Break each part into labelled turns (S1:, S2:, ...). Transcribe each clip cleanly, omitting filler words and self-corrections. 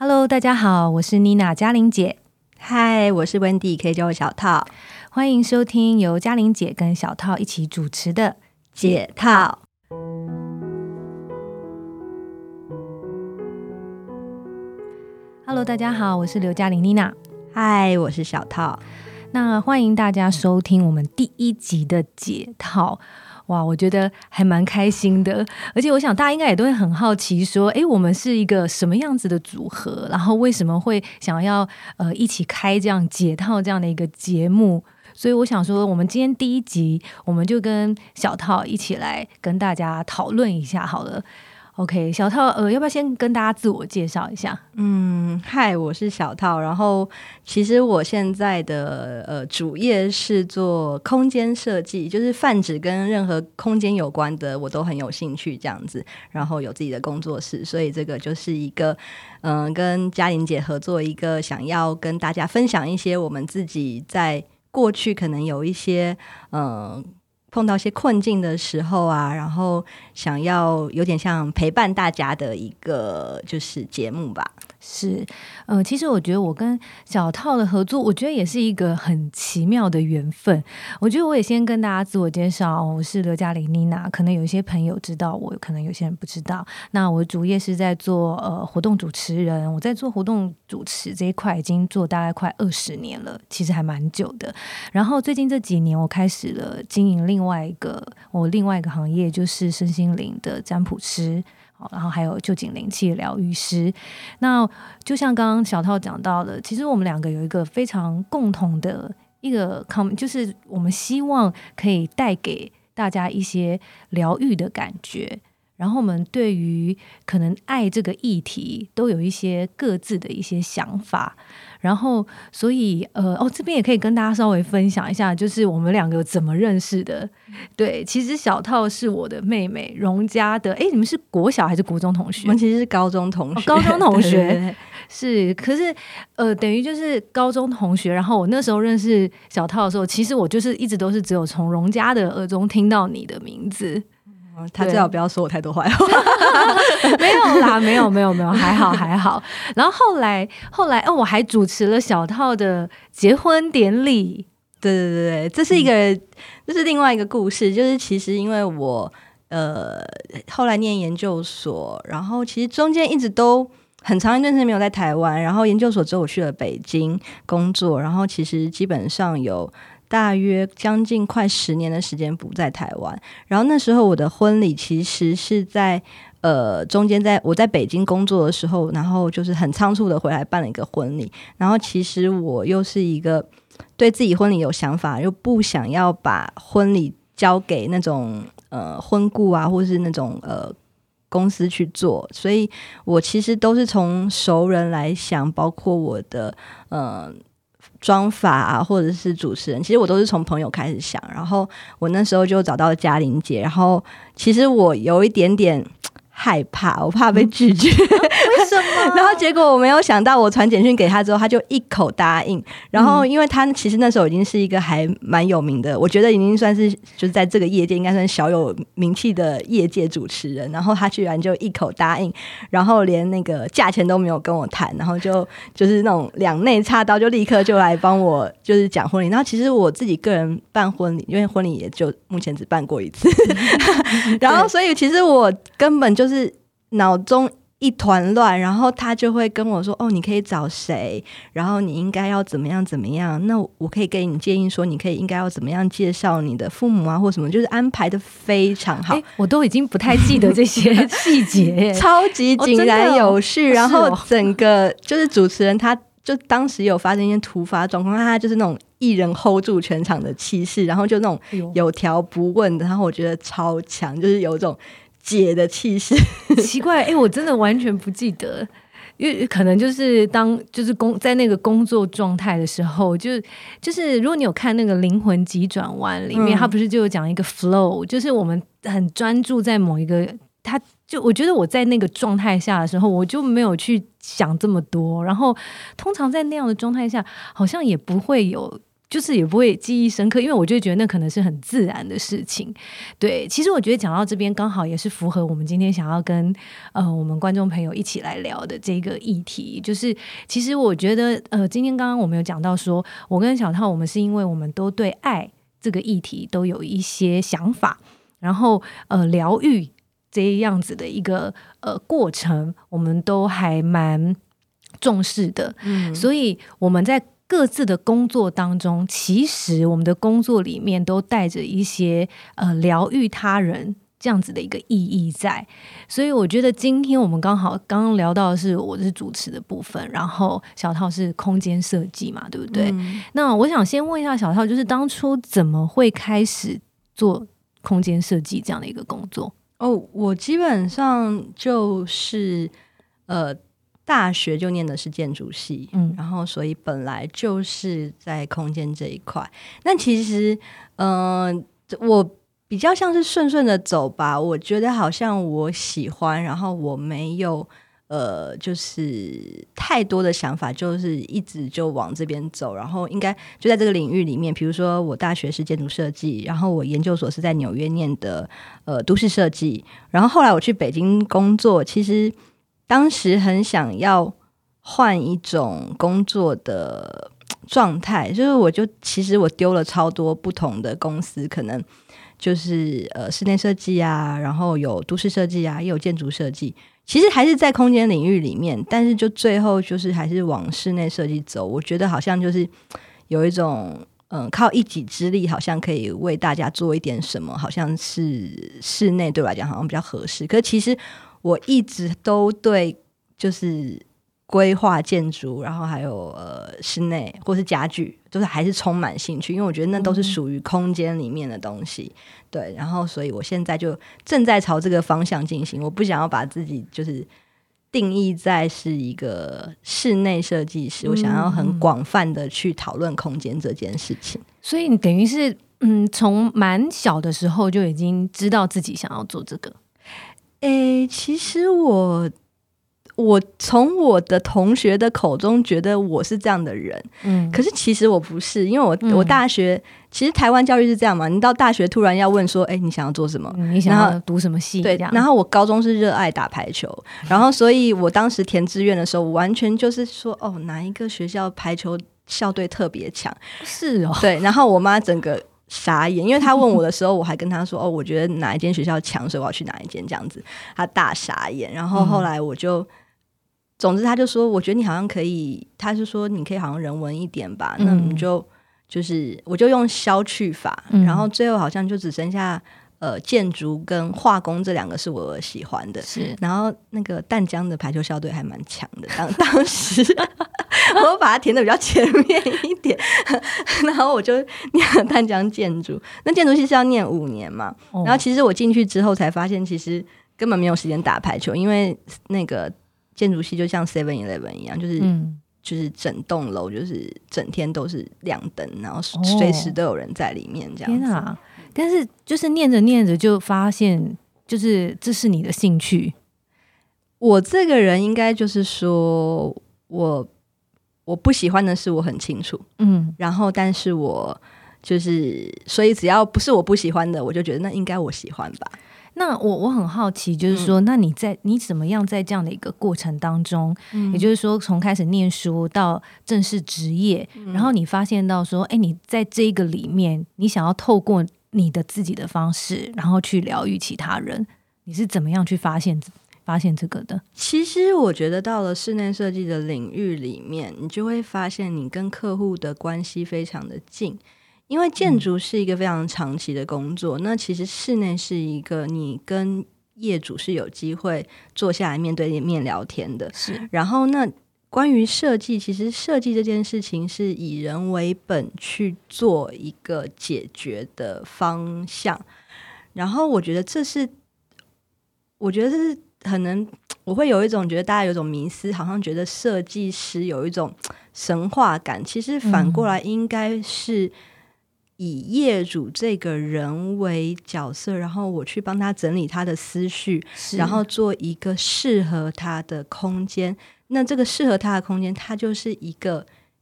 S1: Hello， 大家好，我是妮娜嘉玲姐。
S2: 嗨，我是 Wendy， 可以叫我小套。
S1: 欢迎收听由嘉玲姐跟小套一起主持的
S2: 解套。
S1: Hello， 大家好，我是刘嘉玲妮娜。
S2: 嗨，我是小套。
S1: 那欢迎大家收听我们第一集的解套。哇，我觉得还蛮开心的，而且我想大家应该也都会很好奇说，我们是一个什么样子的组合，然后为什么会想要一起开这样解套这样的一个节目。所以我想说，我们今天第一集我们就跟小套一起来跟大家讨论一下好了。OK， 小套要不要先跟大家自我介绍一下？
S2: 嗨，我是小套。然后其实我现在的主业是做空间设计，就是泛指跟任何空间有关的我都很有兴趣这样子，然后有自己的工作室，所以这个就是一个跟嘉玲姐合作一个想要跟大家分享一些我们自己在过去可能有一些碰到一些困境的时候啊，然后想要有点像陪伴大家的一个就是节目吧。
S1: 是，其实我觉得我跟小套的合作，我觉得也是一个很奇妙的缘分。我觉得我也先跟大家自我介绍，我是刘嘉玲妮娜，可能有一些朋友知道我，可能有些人不知道。那我主业是在做活动主持人，我在做活动主持这一块已经做大概快20年了，其实还蛮久的。然后最近这几年，我开始了经营另外一个行业，就是身心灵的占卜师。然后还有旧景灵气疗愈师。那就像刚刚小套讲到的，其实我们两个有一个非常共同的一个就是我们希望可以带给大家一些疗愈的感觉，然后我们对于可能爱这个议题都有一些各自的一些想法。然后所以这边也可以跟大家稍微分享一下，就是我们两个怎么认识的。对，其实小套是我的妹妹荣家的。你们是国小还是国中同学？
S2: 我们其实是高中同学。
S1: 高中同学。
S2: 对对对，
S1: 是，可是等于就是高中同学。然后我那时候认识小套的时候，其实我就是一直都是只有从荣家的耳中听到你的名字。
S2: 他最好不要说我太多坏话。
S1: 没有啦，没有，还好。然后后来我还主持了小套的结婚典礼。
S2: 对，这是另外一个故事。就是其实因为我后来念研究所，然后其实中间一直都很长一段时间没有在台湾，然后研究所之后我去了北京工作，然后其实基本上有大约将近快10年的时间不在台湾。然后那时候我的婚礼其实是在中间我在北京工作的时候，然后就是很仓促的回来办了一个婚礼。然后其实我又是一个对自己婚礼有想法，又不想要把婚礼交给那种婚顾啊，或是那种公司去做，所以我其实都是从熟人来想，包括我的妆法啊，或者是主持人，其实我都是从朋友开始想。然后我那时候就找到嘉玲姐，然后其实我有一点点害怕，我怕被拒绝。
S1: 为什么？
S2: 然后结果我没有想到，我传简讯给他之后，他就一口答应。然后因为他其实那时候已经是一个还蛮有名的，我觉得已经算是就是在这个业界应该算小有名气的业界主持人。然后他居然就一口答应，然后连那个价钱都没有跟我谈，然后就是那种两肋插刀，就立刻就来帮我就是讲婚礼。然后其实我自己个人办婚礼，因为婚礼也就目前只办过一次，然后所以其实我根本就是脑中一团乱，然后他就会跟我说你可以找谁，然后你应该要怎么样，那我可以给你建议说你应该要怎么样介绍你的父母啊或什么，就是安排的非常好。
S1: 我都已经不太记得这些细节。
S2: 超级井然有序。然后整个就是主持人他就当时有发生一些突发状况，他就是那种一人 hold 住全场的气势，然后就那种有条不紊的，然后我觉得超强，就是有一种姐的气势。
S1: 奇怪，我真的完全不记得，因为可能就是在那个工作状态的时候，就是如果你有看那个《灵魂急转弯》里面，他不是就有讲一个 flow， 就是我们很专注在某一个，我觉得我在那个状态下的时候，我就没有去想这么多，然后通常在那样的状态下，好像也不会有就是也不会记忆深刻，因为我就觉得那可能是很自然的事情。对，其实我觉得讲到这边刚好也是符合我们今天想要跟我们观众朋友一起来聊的这个议题，就是其实我觉得今天刚刚我们有讲到说，我跟小套我们是因为我们都对爱这个议题都有一些想法，然后疗愈这样子的一个过程我们都还蛮重视的，所以我们在各自的工作当中，其实我们的工作里面都带着一些疗愈他人这样子的一个意义在。所以我觉得今天我们刚刚聊到的是我是主持的部分，然后小套是空间设计嘛，对不对？那我想先问一下小套，就是当初怎么会开始做空间设计这样的一个工作？
S2: 我基本上就是大学就念的是建筑系，然后所以本来就是在空间这一块。那其实我比较像是顺顺的走吧，我觉得好像我喜欢，然后我没有就是太多的想法，就是一直就往这边走，然后应该就在这个领域里面，比如说我大学是建筑设计，然后我研究所是在纽约念的都市设计，然后后来我去北京工作，其实当时很想要换一种工作的状态，就是其实我丢了超多不同的公司，可能就是室内设计啊，然后有都市设计啊，也有建筑设计，其实还是在空间领域里面，但是就最后就是还是往室内设计走。我觉得好像就是有一种靠一己之力好像可以为大家做一点什么，好像是室内对我来讲好像比较合适。可是其实我一直都对就是规划建筑，然后还有室内或是家具，就是还是充满兴趣，因为我觉得那都是属于空间里面的东西。对，然后所以我现在就正在朝这个方向进行，我不想要把自己就是定义在是一个室内设计师，我想要很广泛的去讨论空间这件事情。
S1: 所以你等于是从蛮小的时候就已经知道自己想要做这个。
S2: 其实我从我的同学的口中觉得我是这样的人，可是其实我不是，因为我大学其实台湾教育是这样嘛，你到大学突然要问说你想要做什么，
S1: 你想要读什么系，
S2: 对，然后我高中是热爱打排球，然后所以我当时填志愿的时候，我完全就是说哪一个学校排球校队特别强，
S1: 是哦，
S2: 对，然后我妈整个傻眼，因为他问我的时候我还跟他说我觉得哪一间学校强，所以我要去哪一间这样子，他大傻眼。然后后来我就总之他就说我觉得你好像可以，他就说你可以好像人文一点吧，那你就是我就用消去法，然后最后好像就只剩下建筑跟化工这两个是我喜欢的，
S1: 是。然
S2: 后那个淡江的排球校队还蛮强的，当时我把它填的比较前面一点，然后我就念了淡江建筑。那建筑系是要念5年嘛，然后其实我进去之后才发现，其实根本没有时间打排球，因为那个建筑系就像 7-Eleven 一样，就是整栋楼就是整天都是亮灯，然后随时都有人在里面这样子。天啊！
S1: 但是就是念着念着就发现，就是这是你的兴趣。
S2: 我这个人应该就是说我不喜欢的事我很清楚，然后但是我就是所以只要不是我不喜欢的，我就觉得那应该我喜欢吧。
S1: 那我很好奇，就是说，那你怎么样在这样的一个过程当中，也就是说从开始念书到正式职业，然后你发现到说，你在这个里面，你想要透过你的自己的方式，然后去疗愈其他人，你是怎么样去发现这个的？
S2: 其实我觉得到了室内设计的领域里面，你就会发现你跟客户的关系非常的近。因为建筑是一个非常长期的工作，那其实室内是一个你跟业主是有机会坐下来面对面聊天的。
S1: 是，
S2: 然后那关于设计，其实设计这件事情是以人为本去做一个解决的方向。然后我觉得这是可能我会有一种觉得大家有一种迷思，好像觉得设计师有一种神话感，其实反过来应该是以业主这个人为角色，然后我去帮他整理他的思绪，然后做一个适合他的空间。那这个适合他的空间，它就是一个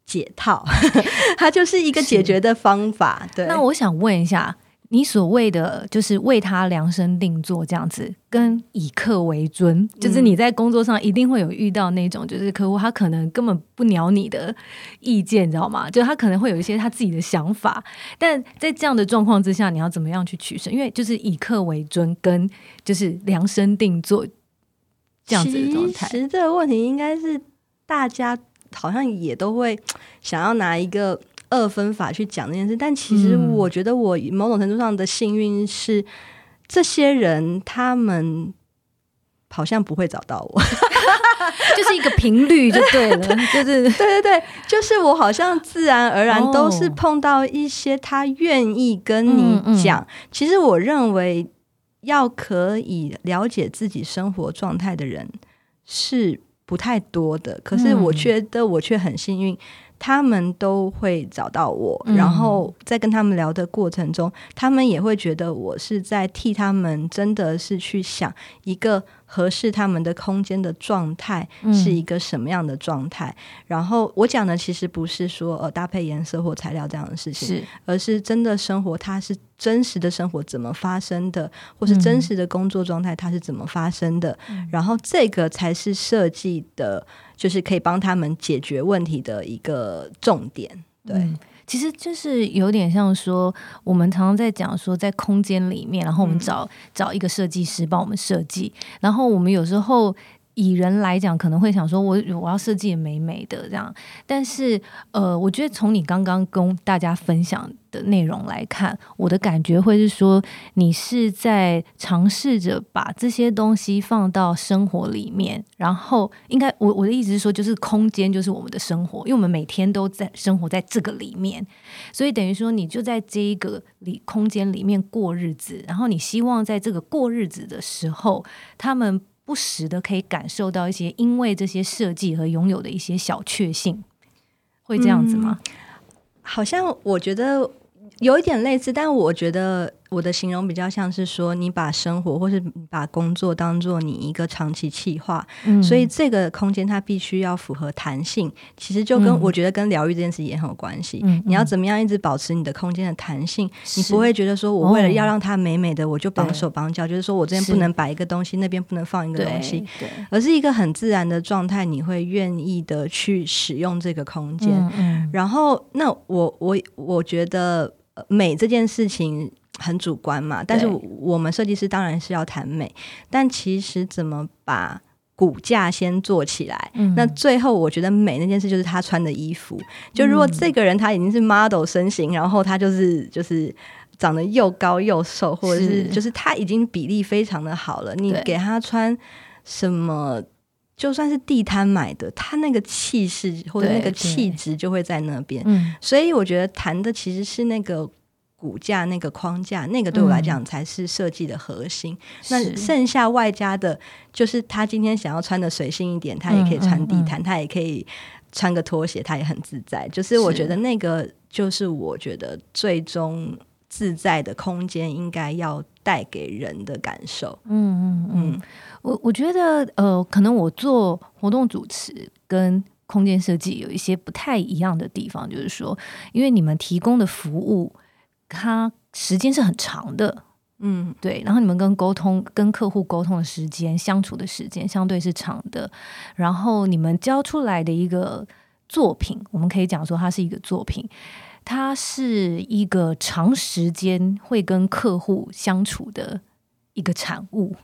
S2: 解套它就是一个解决的方法。对，
S1: 那我想问一下，你所谓的就是为他量身定做这样子，跟以客为尊，就是你在工作上一定会有遇到那种，就是客户他可能根本不鸟你的意见，你知道吗？就他可能会有一些他自己的想法，但在这样的状况之下，你要怎么样去取舍？因为就是以客为尊跟就是量身定做这样子的状态。
S2: 其实这个问题应该是大家好像也都会想要拿一个二分法去讲这件事，但其实我觉得我某种程度上的幸运是，这些人他们好像不会找到我
S1: 就是一个频率就对了就是
S2: 对，就是我好像自然而然都是碰到一些他愿意跟你讲，其实我认为要可以了解自己生活状态的人是不太多的，可是我觉得我却很幸运，他们都会找到我，然后在跟他们聊的过程中，他们也会觉得我是在替他们真的是去想一个合适他们的空间的状态是一个什么样的状态，然后我讲的其实不是说搭配颜色或材料这样的事情，而是真的生活它是真实的生活怎么发生的，或是真实的工作状态它是怎么发生的，然后这个才是设计的就是可以帮他们解决问题的一个重点。对，
S1: 其实就是有点像说我们常常在讲说在空间里面，然后我们找一个设计师帮我们设计，然后我们有时候以人来讲可能会想说我要设计也美美的这样，但是我觉得从你刚刚跟大家分享的内容来看，我的感觉会是说你是在尝试着把这些东西放到生活里面，然后应该我的意思是说就是空间就是我们的生活，因为我们每天都在生活在这个里面，所以等于说你就在这一个空间里面过日子，然后你希望在这个过日子的时候他们不时的可以感受到一些因为这些设计而拥有的一些小确幸，会这样子吗？
S2: 好像我觉得有一点类似，但我觉得我的形容比较像是说你把生活或是把工作当作你一个长期企划，所以这个空间它必须要符合弹性，其实就跟我觉得跟疗愈这件事也很有关系，你要怎么样一直保持你的空间的弹性，你不会觉得说我为了要让它美美的我就绑手绑脚，就是说我这边不能摆一个东西那边不能放一个东西，而是一个很自然的状态，你会愿意的去使用这个空间，然后那我觉得美这件事情很主观嘛，但是我们设计师当然是要谈美，但其实怎么把骨架先做起来，那最后我觉得美那件事就是他穿的衣服，就如果这个人他已经是 model 身形，然后他就是长得又高又瘦，或者是就是他已经比例非常的好了，你给他穿什么就算是地摊买的，他那个气势或者那个气质就会在那边，所以我觉得谈的其实是那个骨架那个框架，那个对我来讲才是设计的核心，那剩下外加的就是他今天想要穿的随性一点，他也可以穿地毯，他也可以穿个拖鞋，他也很自在，就是我觉得那个就是我觉得最终自在的空间应该要带给人的感受。
S1: 我觉得可能我做活动主持跟空间设计有一些不太一样的地方，就是说因为你们提供的服务它时间是很长的，对，然后你们跟客户沟通的时间相处的时间相对是长的，然后你们交出来的一个作品，我们可以讲说它是一个作品，它是一个长时间会跟客户相处的一个产物。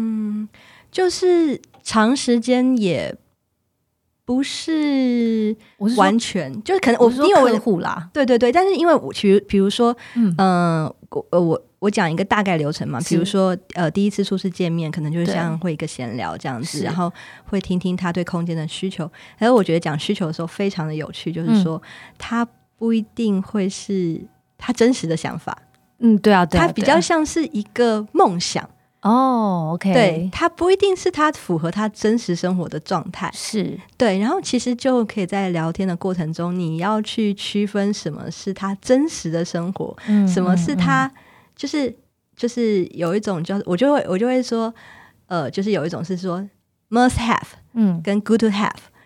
S2: 就是长时间也不是完全，就是可能我因为
S1: 客户啦，
S2: 对，但是因为我比如说，我讲一个大概流程嘛，比如说第一次初次见面，可能就是像会一个闲聊这样子，然后会听听他对空间的需求，还有我觉得讲需求的时候非常的有趣，就是说他不一定会是他真实的想法，
S1: 对啊，
S2: 他比较像是一个梦想。
S1: OK，
S2: 对，它不一定是他符合他真实生活的状态，
S1: 是对，
S2: 然后其实就可以在聊天的过程中，你要去区分什么是他真实的生活，什么是他就是有一种叫我就会说就是有一种是说 must have 跟 good to have，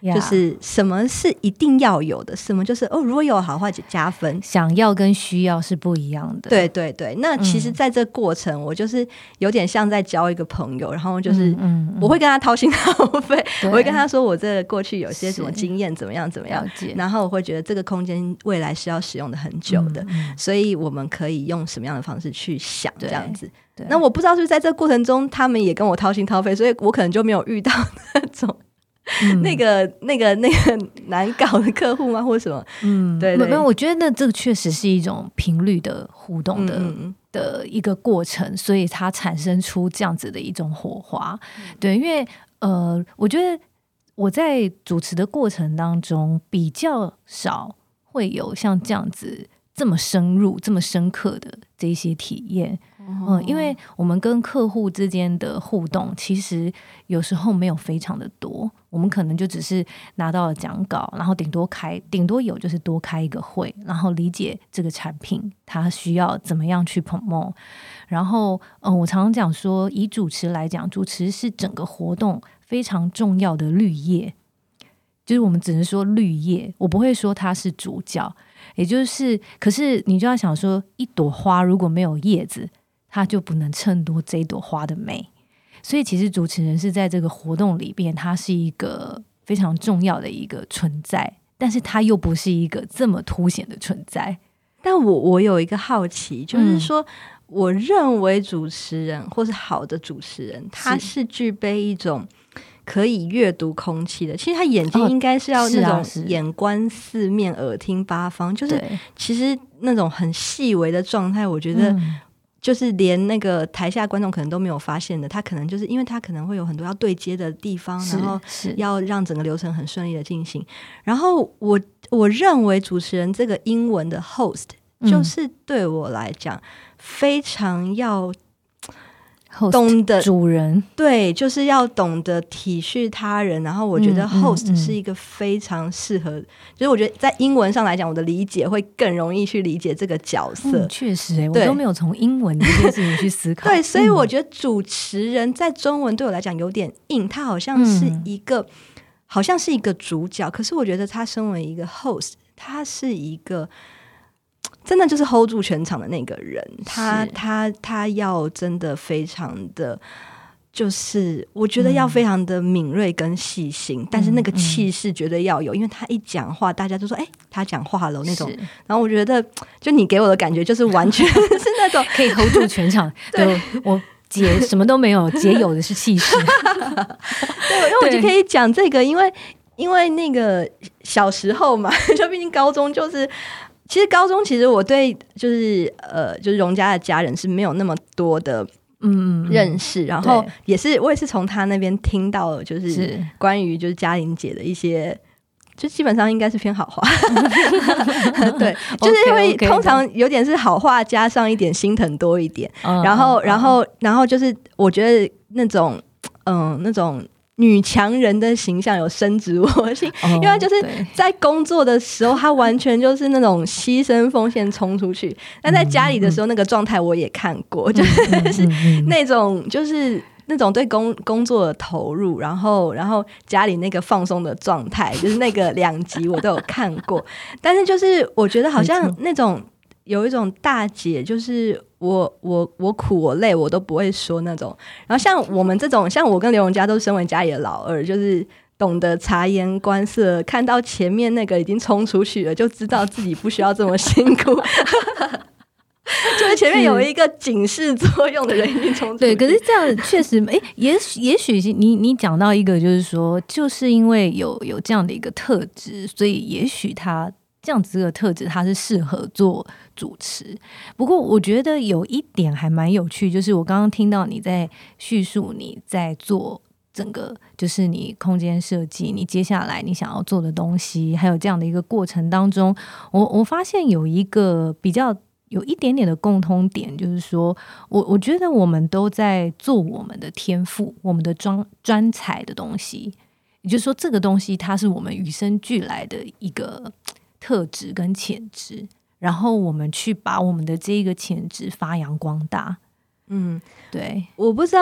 S2: 就是什么是一定要有的，什么就是如果有好话就加分，
S1: 想要跟需要是不一样的。
S2: 对对对，那其实在这过程我就是有点像在交一个朋友，然后就是我会跟他掏心掏肺，我会跟他说我这过去有些什么经验怎么样怎么样，然后我会觉得这个空间未来是要使用的很久的，所以我们可以用什么样的方式去想这样子。那我不知道是不是在这个过程中他们也跟我掏心掏肺，所以我可能就没有遇到那种那个难搞的客户吗或者什么。对对，
S1: 我觉得这个确实是一种频率的互动的一个过程，所以它产生出这样子的一种火花。对，因为我觉得我在主持的过程当中比较少会有像这样子这么深入这么深刻的这一些体验。因为我们跟客户之间的互动其实有时候没有非常的多，我们可能就只是拿到了讲稿，然后顶多有就是多开一个会，然后理解这个产品它需要怎么样去 promote。 然后我常常讲说，以主持来讲，主持是整个活动非常重要的绿叶，就是我们只能说绿叶，我不会说它是主角。也就是可是你就要想说，一朵花如果没有叶子，它就不能衬托这一朵花的美。所以其实主持人是在这个活动里边，它是一个非常重要的一个存在，但是它又不是一个这么凸显的存在。
S2: 但我有一个好奇，就是说我认为主持人或是好的主持人，他是具备一种可以阅读空气的。其实他眼睛应该是要那种眼观四面耳听八方，就是其实那种很细微的状态，我觉得就是连那个台下观众可能都没有发现的，他可能就是因为他可能会有很多要对接的地方，然后要让整个流程很顺利的进行。然后我认为主持人这个英文的 host 就是对我来讲非常要懂得
S1: 主人，
S2: 对，就是要懂得体恤他人。然后我觉得 host 是一个非常适合就是我觉得在英文上来讲，我的理解会更容易去理解这个角色。
S1: 确实我都没有从英文这件事情去思考。
S2: 对，所以我觉得主持人在中文对我来讲有点硬，他好像是一个主角，可是我觉得他身为一个 host， 他是一个真的就是 hold 住全场的那个人。他要真的非常的，就是我觉得要非常的敏锐跟细心，但是那个气势绝对要有，因为他一讲话大家就说他讲话了那种。然后我觉得就你给我的感觉就是完全是那种
S1: 可以 hold 住全场对，我姐什么都没有，姐有的是气势。
S2: 对，因为我就可以讲这个，因为那个小时候嘛，就毕竟高中就是其实高中其实我对就是荣家的家人是没有那么多的认识，然后我也是从他那边听到了就是关于就是嘉玲姐的一些，就基本上应该是偏好话。对，就是因为通常有点是好话加上一点心疼多一点，然后就是我觉得那种女强人的形象有深植我心，因为就是在工作的时候她完全就是那种牺牲奉献冲出去，但在家里的时候那个状态我也看过，就是那种就是那种对工作的投入，然后家里那个放松的状态，就是那个2集我都有看过。但是就是我觉得好像那种有一种大姐，就是我苦我累我都不会说那种。然后像我们这种，像我跟刘荣嘉都身为家里的老二，就是懂得察言观色，看到前面那个已经冲出去了，就知道自己不需要这么辛苦。就是前面有一个警示作用的人已经冲出去。
S1: 对，可是这样确实也许你讲到一个就是说，就是因为有这样的一个特质，所以也许他这样子的特质他是适合做主持。不过我觉得有一点还蛮有趣，就是我刚刚听到你在叙述你在做整个就是你空间设计，你接下来你想要做的东西，还有这样的一个过程当中，我发现有一个比较有一点点的共通点，就是说我觉得我们都在做我们的天赋，我们的专才的东西，也就是说这个东西它是我们与生俱来的一个特质跟潜质，然后我们去把我们的这一个潜质发扬光大。对，
S2: 我不知道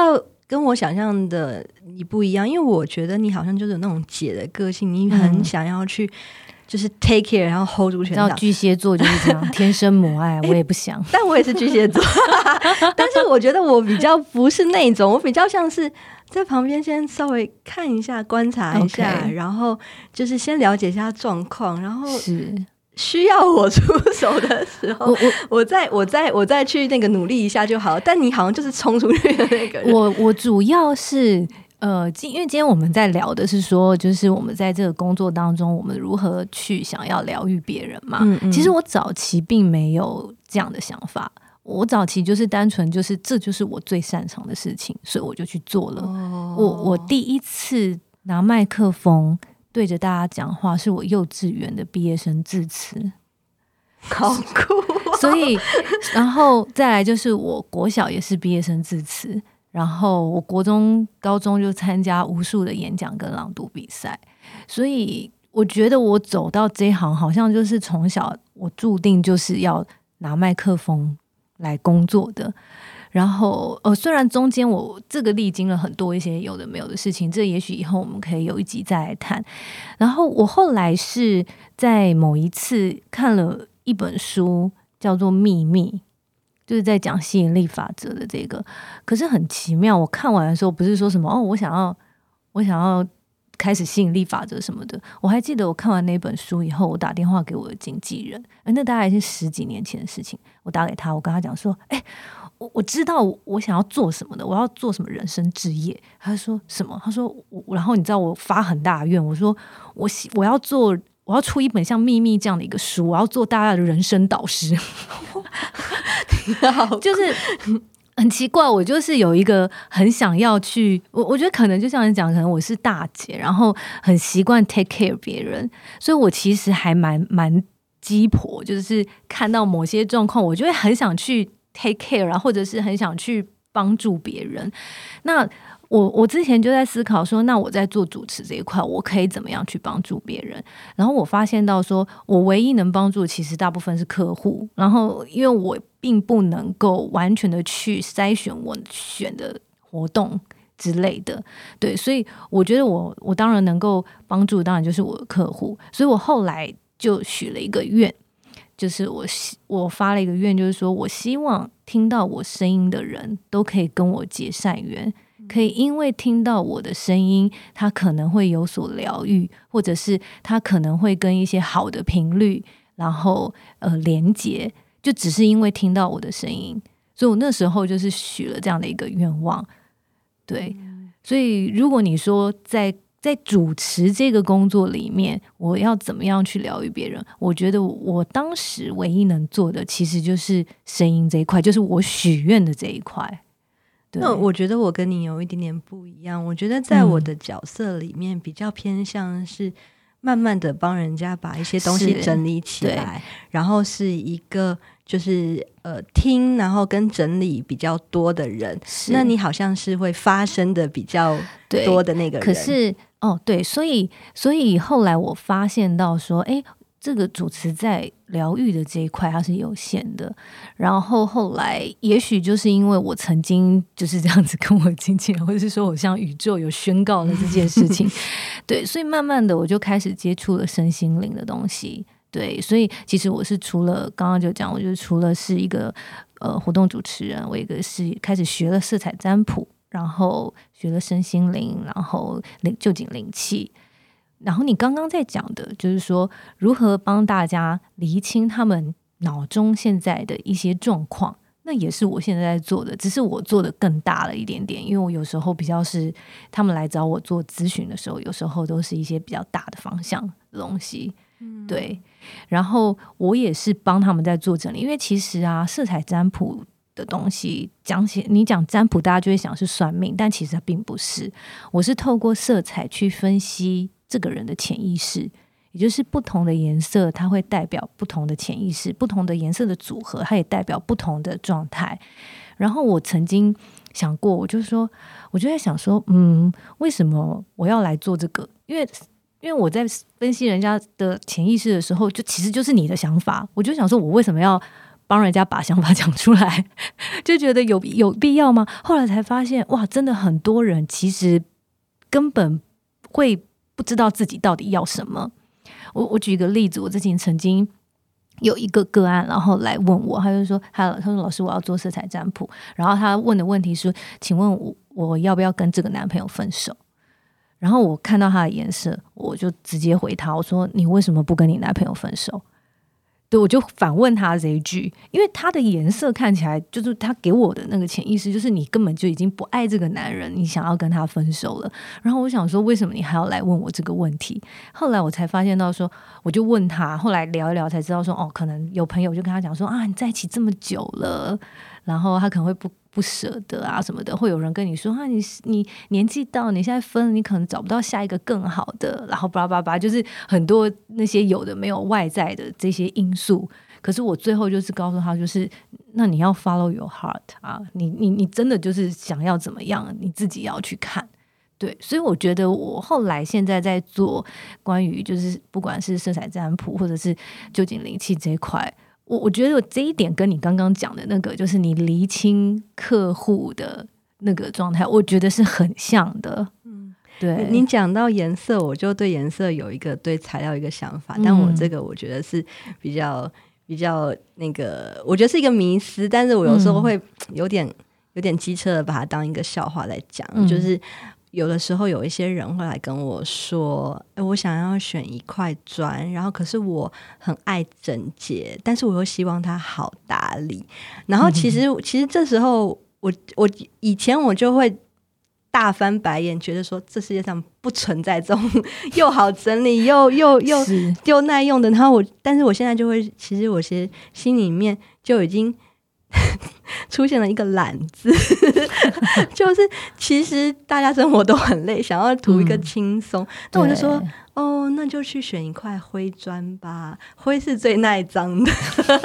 S2: 跟我想象的你不一样，因为我觉得你好像就是有那种姐的个性，你很想要去就是 take care 然后 hold 住全场。
S1: 巨蟹座就是这样天生母爱，我也不想
S2: 但我也是巨蟹座但是我觉得我比较不是那种，我比较像是在旁边先稍微看一下观察一下然后就是先了解一下状况，然后
S1: 是
S2: 需要我出手的时候我再去那个努力一下就好，但你好像就是冲出去的那个人。
S1: 我主要是因为今天我们在聊的是说，就是我们在这个工作当中，我们如何去想要疗愈别人嘛。其实我早期并没有这样的想法，我早期就是单纯就是这就是我最擅长的事情，所以我就去做了。我第一次拿麦克风对着大家讲话，是我幼稚园的毕业生致辞，
S2: 好酷
S1: 所以然后再来就是我国小也是毕业生致辞，然后我国中高中就参加无数的演讲跟朗读比赛，所以我觉得我走到这一行好像就是从小我注定就是要拿麦克风来工作的。然后虽然中间我这个历经了很多一些有的没有的事情，这也许以后我们可以有一集再来谈。然后我后来是在某一次看了一本书叫做《秘密》，就是在讲吸引力法则的这个。可是很奇妙，我看完的时候不是说什么我想要开始吸引力法则什么的。我还记得我看完那本书以后，我打电话给我的经纪人，那大概是10几年前的事情。我打给他，我跟他讲说我知道我想要做什么的，我要做什么人生志业。他说什么？他说然后你知道我发很大的愿，我说我要出一本像《秘密》这样的一个书，我要做大家的人生导师。就是很奇怪，我就是有一个很想要去，我觉得可能就像你讲，可能我是大姐，然后很习惯 take care 别人，所以我其实还蛮鸡婆，就是看到某些状况，我就会很想去 take care 或者是很想去帮助别人。那我之前就在思考说，那我在做主持这一块，我可以怎么样去帮助别人？然后我发现到说，我唯一能帮助的其实大部分是客户，然后因为我并不能够完全的去筛选我选的活动之类的，对，所以我觉得我当然能够帮助，当然就是我的客户，所以我后来就许了一个愿，就是我发了一个愿，就是说我希望听到我声音的人都可以跟我结善缘，可以因为听到我的声音，他可能会有所疗愈，或者是他可能会跟一些好的频率然后连结，就只是因为听到我的声音。所以我那时候就是许了这样的一个愿望。对，所以如果你说在主持这个工作里面，我要怎么样去疗愈别人，我觉得我当时唯一能做的其实就是声音这一块，就是我许愿的这一块。
S2: 那我觉得我跟你有一点点不一样，我觉得在我的角色里面比较偏向是慢慢的帮人家把一些东西整理起来，然后是一个就是听然后跟整理比较多的人。那你好像是会发声的比较多的那个人。
S1: 可是对，所以后来我发现到说这个主持在疗愈的这一块它是有限的，然后后来也许就是因为我曾经就是这样子跟我经纪人，或者是说我向宇宙有宣告了这件事情对，所以慢慢的我就开始接触了身心灵的东西。对，所以其实我是除了刚刚就讲，我就是除了是一个活动主持人，我一个是开始学了色彩占卜，然后学了身心灵，然后臼井灵气。然后你刚刚在讲的就是说如何帮大家厘清他们脑中现在的一些状况，那也是我现在在做的，只是我做的更大了一点点，因为我有时候比较是他们来找我做咨询的时候，有时候都是一些比较大的方向的东西。对，然后我也是帮他们在做整理，因为其实色彩占卜的东西讲起，你讲占卜大家就会想是算命，但其实它并不是，我是透过色彩去分析这个人的潜意识，也就是不同的颜色它会代表不同的潜意识，不同的颜色的组合它也代表不同的状态。然后我曾经想过，我就在想说为什么我要来做这个，因为我在分析人家的潜意识的时候，就其实就是你的想法，我就想说我为什么要帮人家把想法讲出来，就觉得有必要吗？后来才发现，哇，真的很多人其实根本会不知道自己到底要什么。我举一个例子，我之前曾经有一个个案，然后来问我，他就说他说老师，我要做色彩占卜，然后他问的问题是，请问我要不要跟这个男朋友分手？然后我看到他的颜色，我就直接回他，我说你为什么不跟你男朋友分手？对，我就反问他这一句，因为他的颜色看起来就是他给我的那个潜意识，就是你根本就已经不爱这个男人，你想要跟他分手了。然后我想说，为什么你还要来问我这个问题？后来我才发现到说，我就问他，后来聊一聊才知道说，哦，可能有朋友就跟他讲说啊，你在一起这么久了，然后他可能会不舍得啊什么的，会有人跟你说啊，你年纪到，你现在分了，你可能找不到下一个更好的，然后巴拉巴拉，就是很多那些有的没有外在的这些因素。可是我最后就是告诉他，就是那你要 follow your heart 啊，你真的就是想要怎么样，你自己要去看。对，所以我觉得我后来现在在做关于就是不管是色彩占卜或者是臼井灵气这一块。我觉得这一点跟你刚刚讲的那个，就是你厘清客户的那个状态，我觉得是很像的。对。
S2: 你讲到颜色，我就对颜色有一个对材料一个想法，但我这个我觉得是比较那个，我觉得是一个迷思，但是我有时候会有点机车的把它当一个笑话在讲，就是有的时候有一些人会来跟我说，我想要选一块砖，然后可是我很爱整洁，但是我又希望它好打理。然后其实这时候我以前我就会大翻白眼，觉得说这世界上不存在这种又好整理又耐用的。然后但是我现在就会，其实我其实心里面就已经出现了一个懒字就是其实大家生活都很累，想要图一个轻松，那我就说那就去选一块灰砖吧，灰是最耐脏的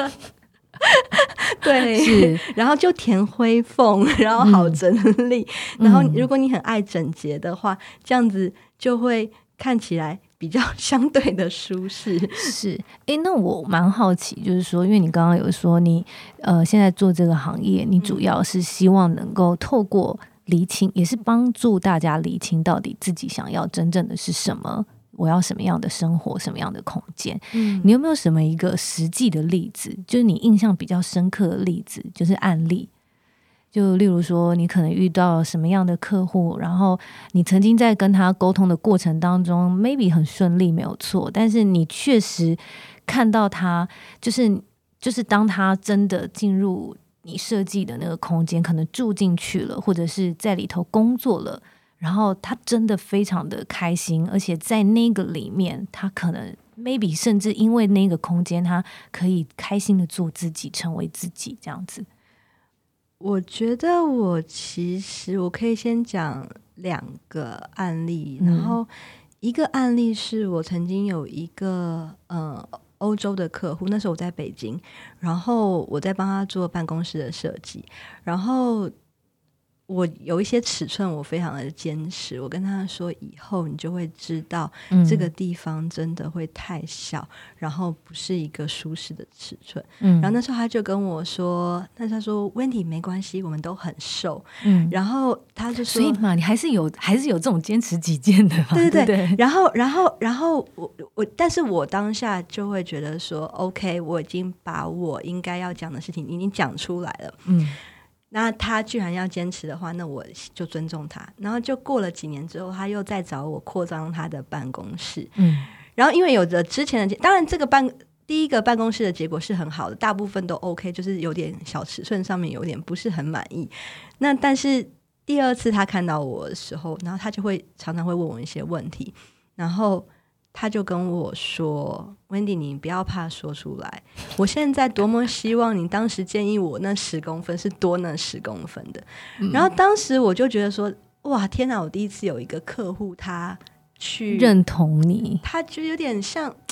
S2: 对，然后就填灰缝，然后好整理，然后如果你很爱整洁的话，这样子就会看起来比较相对的舒适。
S1: 是，那我蛮好奇，就是说，因为你刚刚有说你现在做这个行业，你主要是希望能够透过厘清，也是帮助大家厘清到底自己想要真正的是什么，我要什么样的生活，什么样的空间。你有没有什么一个实际的例子，就是你印象比较深刻的例子，就是案例？就例如说你可能遇到什么样的客户，然后你曾经在跟他沟通的过程当中 maybe 很顺利没有错，但是你确实看到他就是当他真的进入你设计的那个空间，可能住进去了，或者是在里头工作了，然后他真的非常的开心，而且在那个里面他可能 maybe 甚至因为那个空间他可以开心的做自己，成为自己这样子。
S2: 我觉得其实我可以先讲2个案例，然后一个案例是我曾经有一个欧洲的客户，那时候我在北京，然后我在帮他做办公室的设计，然后我有一些尺寸我非常的坚持，我跟他说以后你就会知道这个地方真的会太小，然后不是一个舒适的尺寸。然后那时候他就跟我说，但是他说 Wendy 没关系，我们都很瘦。然后他就说，
S1: 所以嘛，你还是有这种坚持己见的嘛。
S2: 对对
S1: 对。
S2: 然后但是我当下就会觉得说 OK， 我已经把我应该要讲的事情已经讲出来了。那他居然要坚持的话，那我就尊重他。然后就过了几年之后，他又再找我扩张他的办公室。然后因为有着之前的，当然这个第一个办公室的结果是很好的，大部分都 OK， 就是有点小尺寸上面有点不是很满意。那但是第2次他看到我的时候，然后他就会常常会问我一些问题，然后他就跟我说 Wendy 你不要怕说出来，我现在多么希望你当时建议我那10公分是多那10公分的。然后当时我就觉得说哇天哪，我第一次有一个客户他去
S1: 认同你，
S2: 他就有点像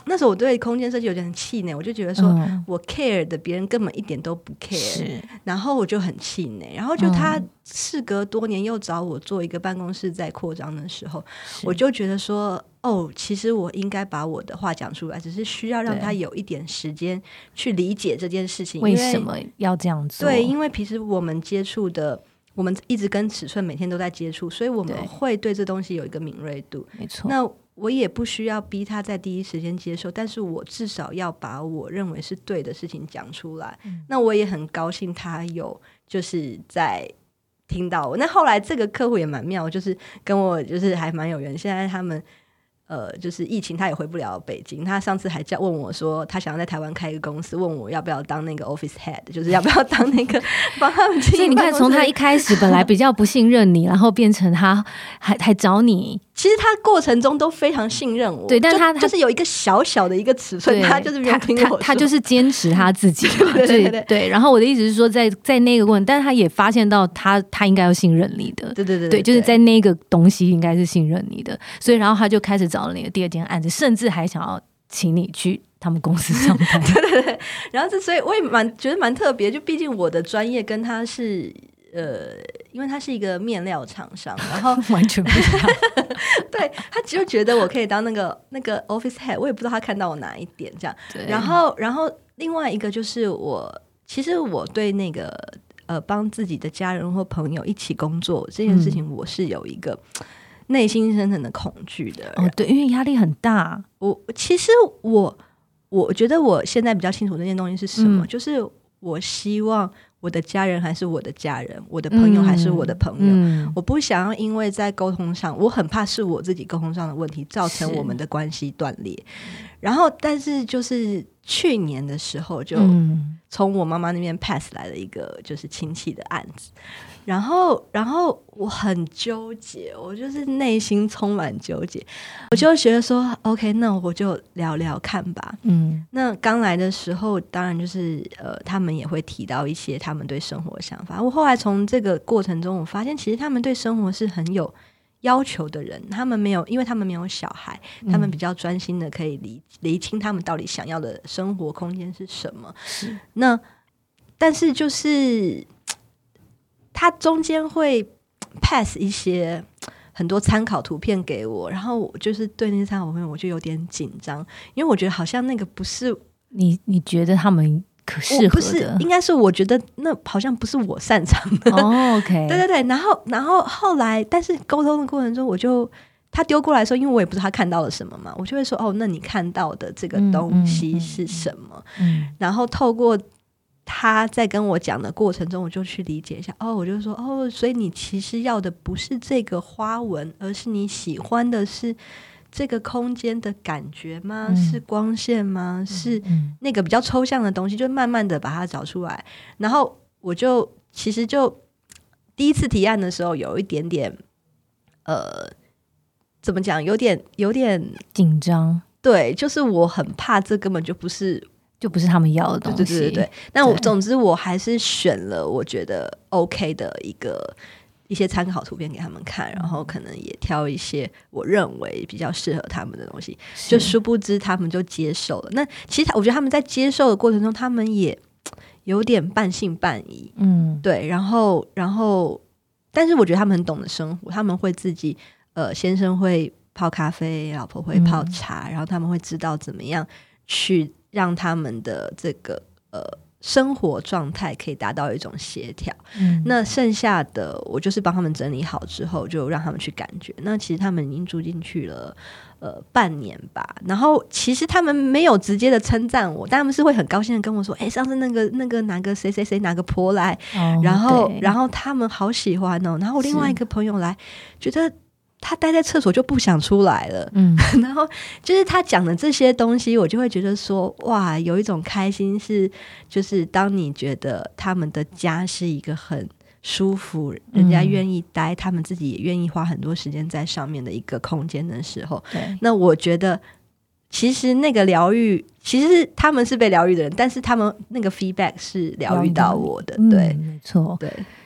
S2: 那时候我对空间设计有点气馁，我就觉得说我 care 的别人根本一点都不 care，然后我就很气馁。然后就他事隔多年又找我做一个办公室在扩张的时候，我就觉得说其实我应该把我的话讲出来，只是需要让他有一点时间去理解这件事情
S1: 为什么要这样做。
S2: 对，因为平时我们接触的，我们一直跟尺寸每天都在接触，所以我们会对这东西有一个敏锐度。
S1: 没错，
S2: 那我也不需要逼他在第一时间接受，但是我至少要把我认为是对的事情讲出来。那我也很高兴他有就是在听到我。那后来这个客户也蛮妙，就是跟我就是还蛮有缘，现在他们就是疫情他也回不了北京，他上次还问我说他想要在台湾开一个公司，问我要不要当那个 office head， 就是要不要当那个帮他们经营。
S1: 所以你看从他一开始本来比较不信任你然后变成他还找你，
S2: 其实他过程中都非常信任我。
S1: 对，但他
S2: 就是有一个小小的一个尺寸，他就是没有听我说，
S1: 他就是坚持他自己嘛。对，然后我的意思是说在那个过程，但是他也发现到他应该要信任你的。对，就是在那个东西应该是信任你的，所以然后他就开始找了你的第二件案子，甚至还想要请你去他们公司上班。
S2: 对，然后所以我也觉得蛮特别，就毕竟我的专业跟他是因为他是一个面料厂商，然后
S1: 完全不一样。
S2: 对，他就觉得我可以当那个 office head， 我也不知道他看到我哪一点这样。然后另外一个就是其实我对那个帮自己的家人或朋友一起工作这件事情，我是有一个内心深层的恐惧的。
S1: 对，因为压力很大。
S2: 其实我觉得我现在比较清楚那件东西是什么，就是我希望我的家人还是我的家人，我的朋友还是我的朋友。我不想要因为在沟通上，我很怕是我自己沟通上的问题造成我们的关系断裂。然后但是就是去年的时候就从我妈妈那边 pass 来了一个就是亲戚的案子，然后我很纠结，我就是内心充满纠结，我就觉得说 OK， 那我就聊聊看吧。那刚来的时候当然就是他们也会提到一些他们对生活的想法。我后来从这个过程中我发现其实他们对生活是很有要求的人，他们没有，因为他们没有小孩，他们比较专心的可以厘清他们到底想要的生活空间是什么。那但是就是他中间会 pass 一些很多参考图片给我，然后我就是对那些参考图片我就有点紧张，因为我觉得好像那个不是
S1: 你觉得他们可适合的，
S2: 不是，应该是我觉得那好像不是我擅长的。
S1: OK，
S2: 对，然后后来，但是沟通的过程中，他丢过来的时候，因为我也不知道他看到了什么嘛，我就会说那你看到的这个东西是什么？然后透过他在跟我讲的过程中，我就去理解一下。我就说所以你其实要的不是这个花纹，而是你喜欢的是这个空间的感觉吗？是光线吗？是那个比较抽象的东西，就慢慢的把它找出来。然后我其实第一次提案的时候有一点点怎么讲，有点
S1: 紧张。
S2: 对，就是我很怕这根本就不是
S1: 他们要的东西。
S2: 对。那总之我还是选了我觉得 OK 的一些参考图片给他们看，然后可能也挑一些我认为比较适合他们的东西，就殊不知他们就接受了。那其实我觉得他们在接受的过程中，他们也有点半信半疑。对，然后但是我觉得他们很懂得生活，他们会自己先生会泡咖啡，老婆会泡茶，然后他们会知道怎么样去让他们的这个生活状态可以达到一种协调。那剩下的我就是帮他们整理好之后就让他们去感觉。那其实他们已经住进去了半年吧，然后其实他们没有直接的称赞我，但他们是会很高兴的跟我说上次那个哪个谁谁谁哪个婆来，然后他们好喜欢然后我另外一个朋友来觉得他待在厕所就不想出来了。然后就是他讲的这些东西我就会觉得说哇，有一种开心，是就是当你觉得他们的家是一个很舒服，人家愿意待，他们自己也愿意花很多时间在上面的一个空间的时候，那我觉得其实那个疗愈，其实他们是被疗愈的人，但是他们那个 feedback 是疗愈到我的。对，
S1: 没错。
S2: 对，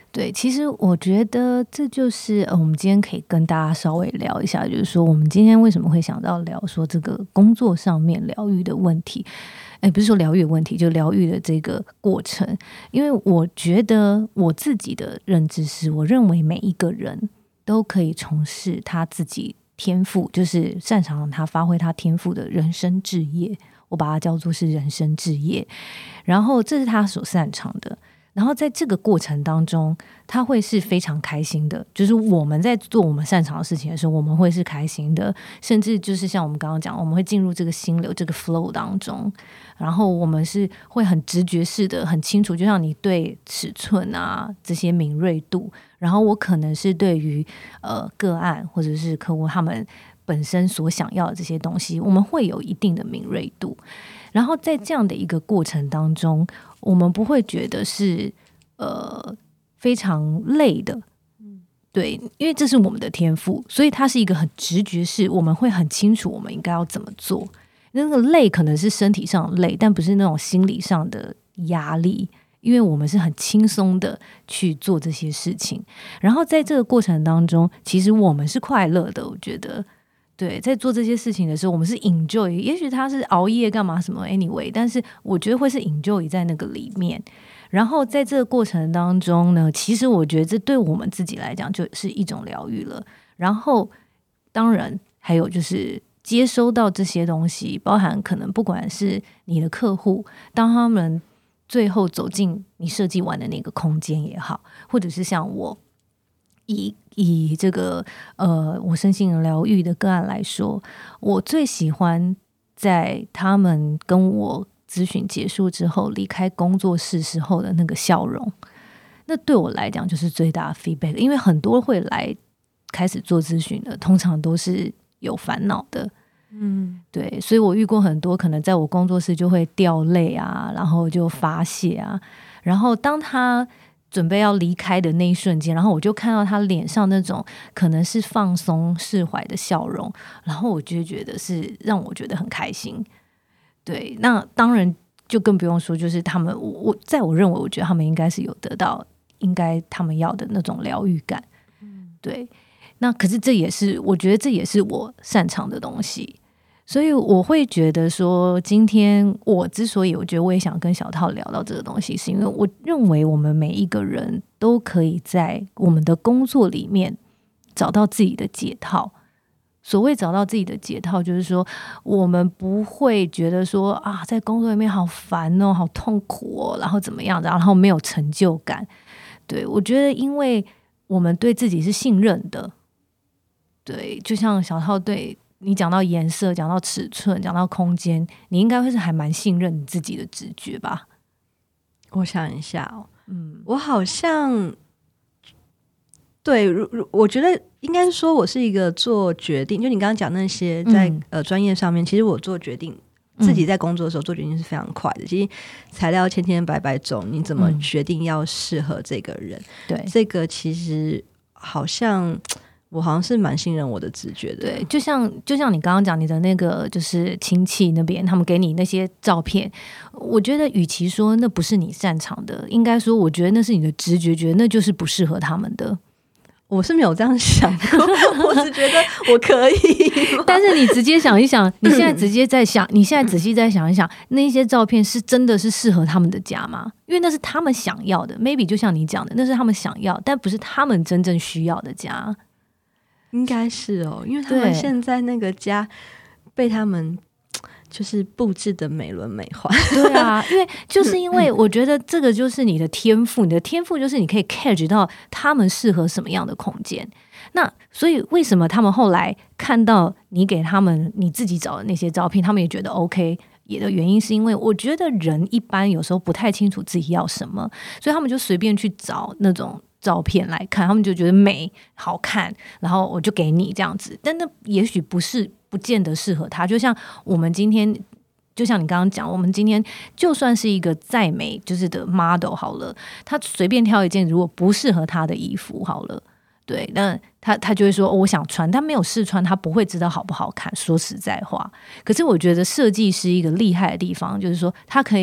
S1: 对，其实我觉得这就是我们今天可以跟大家稍微聊一下，就是说我们今天为什么会想到聊说这个工作上面疗愈的问题。不是说疗愈的问题，就疗愈的这个过程。因为我觉得我自己的认知是，我认为每一个人都可以从事他自己天赋，就是擅长他发挥他天赋的人生志业，我把它叫做是人生志业。然后这是他所擅长的，然后在这个过程当中他会是非常开心的，就是我们在做我们擅长的事情的时候我们会是开心的，甚至就是像我们刚刚讲，我们会进入这个心流这个 flow 当中，然后我们是会很直觉式的很清楚，就像你对尺寸啊这些敏锐度，然后我可能是对于个案或者是客户他们本身所想要的这些东西，我们会有一定的敏锐度，然后在这样的一个过程当中，我们不会觉得是非常累的，对，因为这是我们的天赋，所以它是一个很直觉式，我们会很清楚我们应该要怎么做。那个累可能是身体上的累，但不是那种心理上的压力，因为我们是很轻松的去做这些事情，然后在这个过程当中其实我们是快乐的，我觉得对，在做这些事情的时候我们是 enjoy， 也许他是熬夜干嘛什么 anyway， 但是我觉得会是 enjoy 在那个里面。然后在这个过程当中呢，其实我觉得这对我们自己来讲就是一种疗愈了。然后当然还有就是接收到这些东西，包含可能不管是你的客户，当他们最后走进你设计完的那个空间也好，或者是像我以这个我身心灵疗愈的个案来说，我最喜欢在他们跟我咨询结束之后离开工作室时候的那个笑容，那对我来讲就是最大的 feedback。 因为很多会来开始做咨询的通常都是有烦恼的，对，所以我遇过很多可能在我工作室就会掉泪啊，然后就发泄啊，然后当他准备要离开的那一瞬间，然后我就看到他脸上那种可能是放松释怀的笑容，然后我就觉得是让我觉得很开心。对，那当然就更不用说就是他们在我认为我觉得他们应该是有得到应该他们要的那种疗愈感，对，那可是这也是我觉得这也是我擅长的东西，所以我会觉得说今天我之所以我觉得我也想跟小套聊到这个东西，是因为我认为我们每一个人都可以在我们的工作里面找到自己的解套。所谓找到自己的解套，就是说我们不会觉得说啊，在工作里面好烦哦，好痛苦哦，然后怎么样的，然后没有成就感。对，我觉得因为我们对自己是信任的，对，就像小套对你讲到颜色，讲到尺寸，讲到空间，你应该会是还蛮信任你自己的直觉吧？
S2: 我想一下哦，我好像对，我觉得应该说我是一个做决定，就你刚刚讲那些在专业上面，其实我做决定自己在工作的时候做决定是非常快的。其实材料千千百百种，你怎么决定要适合这个人？对，这个其实好像我好像是蛮信任我的直觉的。
S1: 对，就像你刚刚讲你的那个就是亲戚那边，他们给你那些照片，我觉得与其说那不是你擅长的，应该说我觉得那是你的直觉，觉得那就是不适合他们的。
S2: 我是没有这样想过我只觉得我可以
S1: 但是你直接想一想，你现在直接在想你现在仔细再想一想，那些照片是真的是适合他们的家吗？因为那是他们想要的， maybe 就像你讲的，那是他们想要但不是他们真正需要的家。
S2: 应该是哦，因为他们现在那个家被他们就是布置的美轮美奂。
S1: 对啊，因为我觉得这个就是你的天赋，你的天赋就是你可以 catch 到他们适合什么样的空间。那所以为什么他们后来看到你给他们你自己找的那些照片，他们也觉得 OK， 也的原因是因为我觉得人一般有时候不太清楚自己要什么，所以他们就随便去找那种照片来看，他们就觉得美好看，然后我就给你这样子，但那也许不见得适合他。就像我们今天，就像你刚刚讲，我们今天就算是一个再美就是的 model 好了，他随便挑一件如果不适合他的衣服好了，对，那他就会说我想穿，他没有试穿他不会知道好不好看，说实在话。可是我觉得设计师一个厉害的地方就是说他可以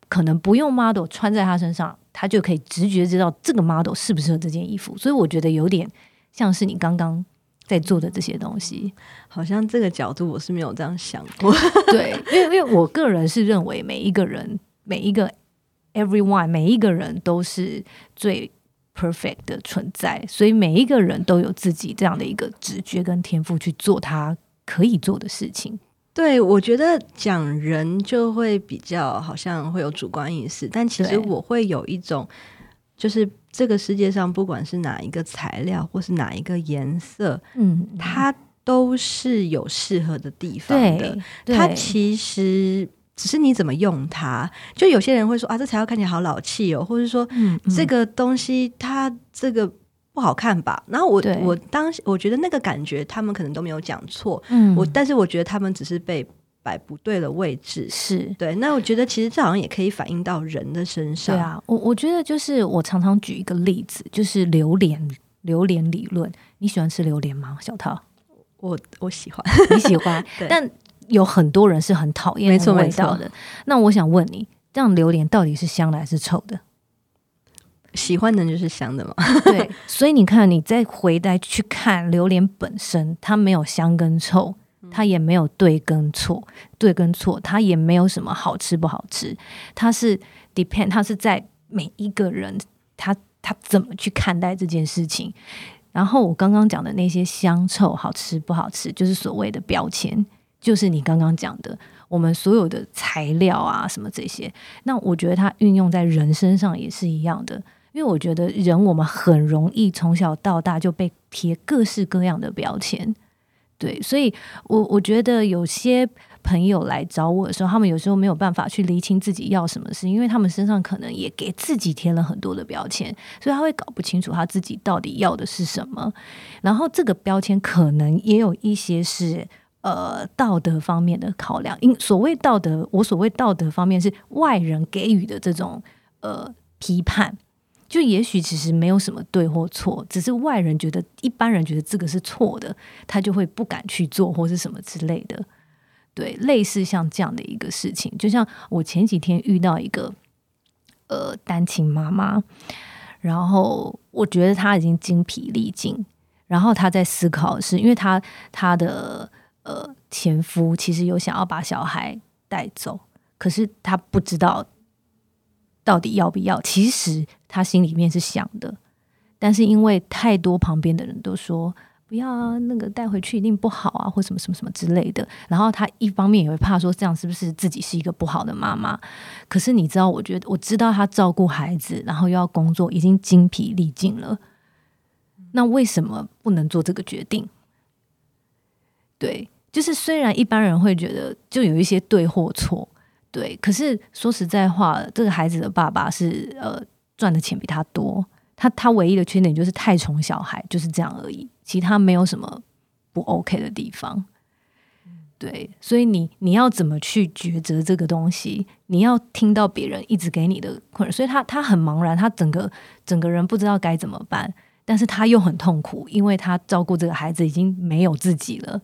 S1: 可能不用 model 穿在他身上，他就可以直觉知道这个 model 适不适合这件衣服。所以我觉得有点像是你刚刚在做的这些东西。
S2: 好像这个角度我是没有这样想过。
S1: 对，因为我个人是认为每一个人，每一个 everyone， 每一个人都是最 perfect 的存在，所以每一个人都有自己这样的一个直觉跟天赋去做他可以做的事情。
S2: 对，我觉得讲人就会比较好像会有主观意识，但其实我会有一种就是这个世界上不管是哪一个材料或是哪一个颜色，它都是有适合的地方的。它其实只是你怎么用它。就有些人会说啊，这材料看起来好老气哦，或者说这个东西它这个不好看吧。然后我觉得那个感觉他们可能都没有讲错，但是我觉得他们只是被摆不对的位置。
S1: 是
S2: 对。那我觉得其实这好像也可以反映到人的身上。
S1: 对啊，我觉得就是我常常举一个例子，就是榴莲理论。你喜欢吃榴莲吗，小涛？
S2: 我喜欢。
S1: 你喜欢但有很多人是很讨厌那个味道的。那我想问你，这样榴莲到底是香的还是臭的？
S2: 喜欢的就是香的嘛。
S1: 对，所以你看，你再回来去看榴莲本身，它没有香跟臭，它也没有对跟错，它也没有什么好吃不好吃，它是 depend， 它是在每一个人他怎么去看待这件事情。然后我刚刚讲的那些香臭好吃不好吃，就是所谓的标签，就是你刚刚讲的我们所有的材料啊什么这些。那我觉得它运用在人身上也是一样的，因为我觉得人我们很容易从小到大就被贴各式各样的标签。对，所以我觉得有些朋友来找我的时候，他们有时候没有办法去厘清自己要什么事，因为他们身上可能也给自己贴了很多的标签，所以他会搞不清楚他自己到底要的是什么。然后这个标签可能也有一些是道德方面的考量。我所谓道德方面是外人给予的这种批判，就也许其实没有什么对或错，只是外人觉得，一般人觉得这个是错的，他就会不敢去做或是什么之类的。对，类似像这样的一个事情。就像我前几天遇到一个单亲妈妈，然后我觉得她已经精疲力尽，然后她在思考的是，因为她的前夫其实有想要把小孩带走，可是她不知道到底要不要。其实她心里面是想的，但是因为太多旁边的人都说不要啊，那个带回去一定不好啊，或什么什么什么之类的。然后她一方面也会怕说这样是不是自己是一个不好的妈妈。可是你知道，我知道她照顾孩子，然后又要工作，已经精疲力尽了。那为什么不能做这个决定？对，就是虽然一般人会觉得就有一些对或错，对，可是说实在话，这个孩子的爸爸是赚的钱比他多，他唯一的缺点就是太宠小孩，就是这样而已，其他没有什么不 OK 的地方。对，所以你要怎么去抉择这个东西？你要听到别人一直给你的困扰，所以他很茫然，他整个人不知道该怎么办，但是他又很痛苦，因为他照顾这个孩子已经没有自己了。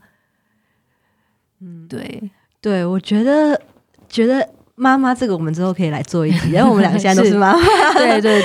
S1: 对，
S2: 我觉得妈妈这个我们之后可以来做一集，因为我们两个现在都是妈妈。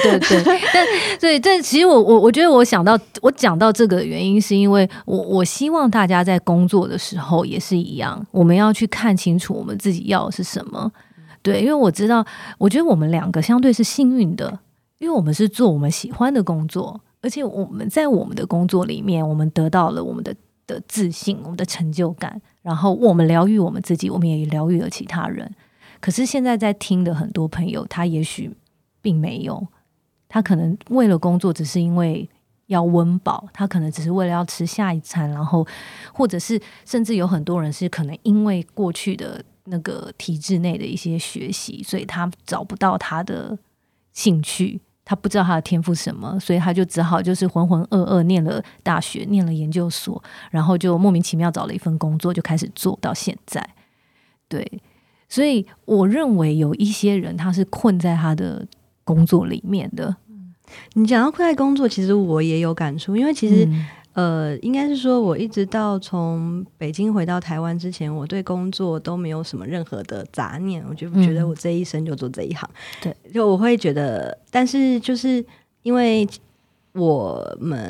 S1: 但其实我觉得我讲到这个原因，是因为我希望大家在工作的时候也是一样，我们要去看清楚我们自己要的是什么。对，因为我觉得我们两个相对是幸运的，因为我们是做我们喜欢的工作，而且我们在我们的工作里面，我们得到了我们的自信，我们的成就感，然后我们疗愈我们自己，我们也疗愈了其他人。可是现在在听的很多朋友，他也许并没有，他可能为了工作只是因为要温饱，他可能只是为了要吃下一餐，然后或者是甚至有很多人是可能因为过去的那个体制内的一些学习，所以他找不到他的兴趣，他不知道他的天赋是什么，所以他就只好就是浑浑噩噩念了大学，念了研究所，然后就莫名其妙找了一份工作，就开始做到现在。对，所以我认为有一些人他是困在他的工作里面的。
S2: 你讲到困在工作，其实我也有感触，因为其实应该是说，我一直到从北京回到台湾之前，我对工作都没有什么任何的杂念。我就觉得我这一生就做这一行，
S1: 对，
S2: 就我会觉得，但是就是因为我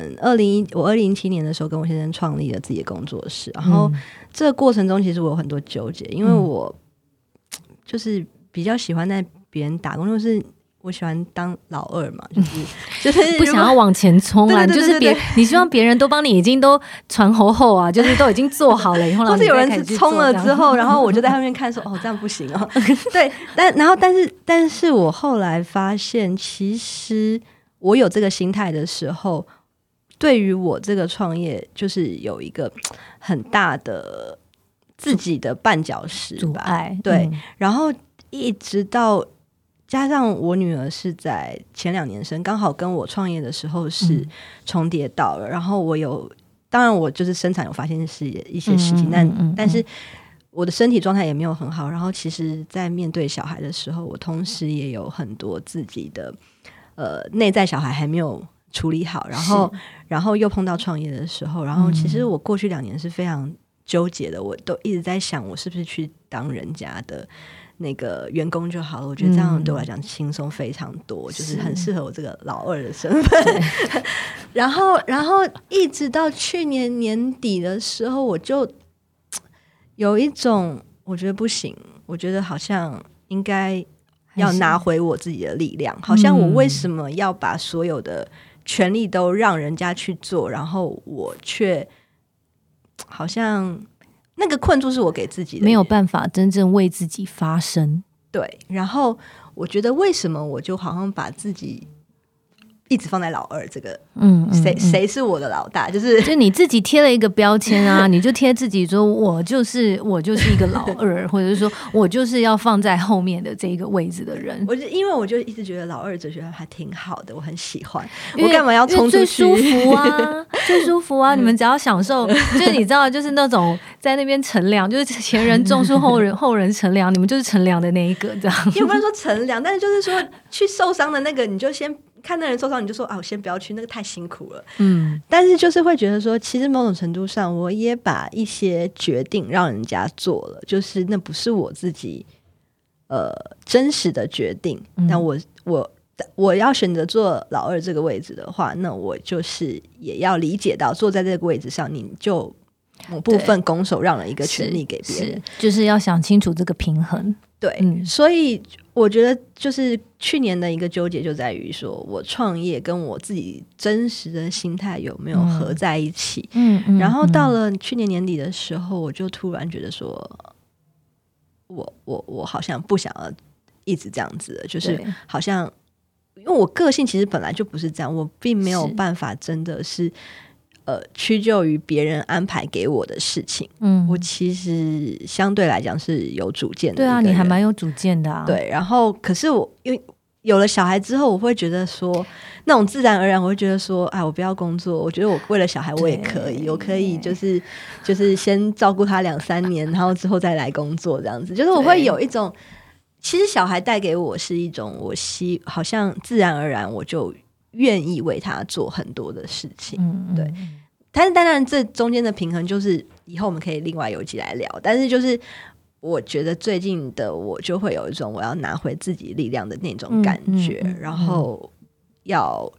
S2: 2017年的时候跟我先生创立了自己的工作室，然后这个过程中其实我有很多纠结，因为我就是比较喜欢在别人打工，就是我喜欢当老二嘛，就是
S1: 不想要往前冲啊，就是你希望别人都帮你已经都传厚厚啊，就是都已经做好了以后，
S2: 或是有人冲了之后，然后我就在后面看说哦这样不行哦，对，但是我后来发现，其实我有这个心态的时候，对于我这个创业就是有一个很大的自己的绊脚石吧，
S1: 阻碍，
S2: 对，然后一直到。加上我女儿是在前2年生，刚好跟我创业的时候是重叠到了。然后当然我就是生产有发现是一些事情，但是我的身体状态也没有很好。然后其实在面对小孩的时候，我同时也有很多自己的内在小孩还没有处理好，然后又碰到创业的时候，然后其实我过去2年是非常纠结的，我都一直在想我是不是去当人家的那个员工就好了，我觉得这样对我来讲轻松非常多，就是很适合我这个老二的身份。然后一直到去年年底的时候，我就有一种我觉得不行，我觉得好像应该要拿回我自己的力量，好像我为什么要把所有的权利都让人家去做，然后我却好像那个困住是我给自己的，
S1: 没有办法真正为自己发声。
S2: 对，然后我觉得为什么我就好像把自己一直放在老二这个，谁是我的老大，就
S1: 你自己贴了一个标签啊，你就贴自己说我就是一个老二，或者是说我就是要放在后面的这个位置的人。
S2: 因为我就一直觉得老二哲学还挺好的，我很喜欢，我干嘛要冲出去？
S1: 最舒服啊，最舒服啊！你们只要享受，就是你知道，就是那种在那边乘凉，就是前人种树，后人乘凉，你们就是乘凉的那一个，这样。
S2: 也不能说乘凉，但是就是说去受伤的那个，你就先。看那人受伤，你就说啊，我先不要去，那个太辛苦了。但是就是会觉得说，其实某种程度上，我也把一些决定让人家做了，就是那不是我自己真实的决定。但我要选择做老二这个位置的话，那我就是也要理解到，坐在这个位置上，你就某部分拱手让了一个权利给别人，
S1: 就是要想清楚这个平衡。
S2: 对，所以我觉得就是去年的一个纠结就在于说，我创业跟我自己真实的心态有没有合在一起。然后到了去年年底的时候，我就突然觉得说，我好像不想要一直这样子了，就是好像因为我个性其实本来就不是这样，我并没有办法真的是。屈就于别人安排给我的事情，我其实相对来讲是有主见的。
S1: 对啊，你还蛮有主见的啊。
S2: 对，然后可是我因为有了小孩之后，我会觉得说那种自然而然，我会觉得说，哎，我不要工作，我觉得我为了小孩我也可以，我可以就是先照顾他2-3年，然后之后再来工作这样子。就是我会有一种，其实小孩带给我是一种好像自然而然我就愿意为他做很多的事情。对。但是当然这中间的平衡就是以后我们可以另外有一集来聊，但是就是我觉得最近的我就会有一种我要拿回自己力量的那种感觉，然后要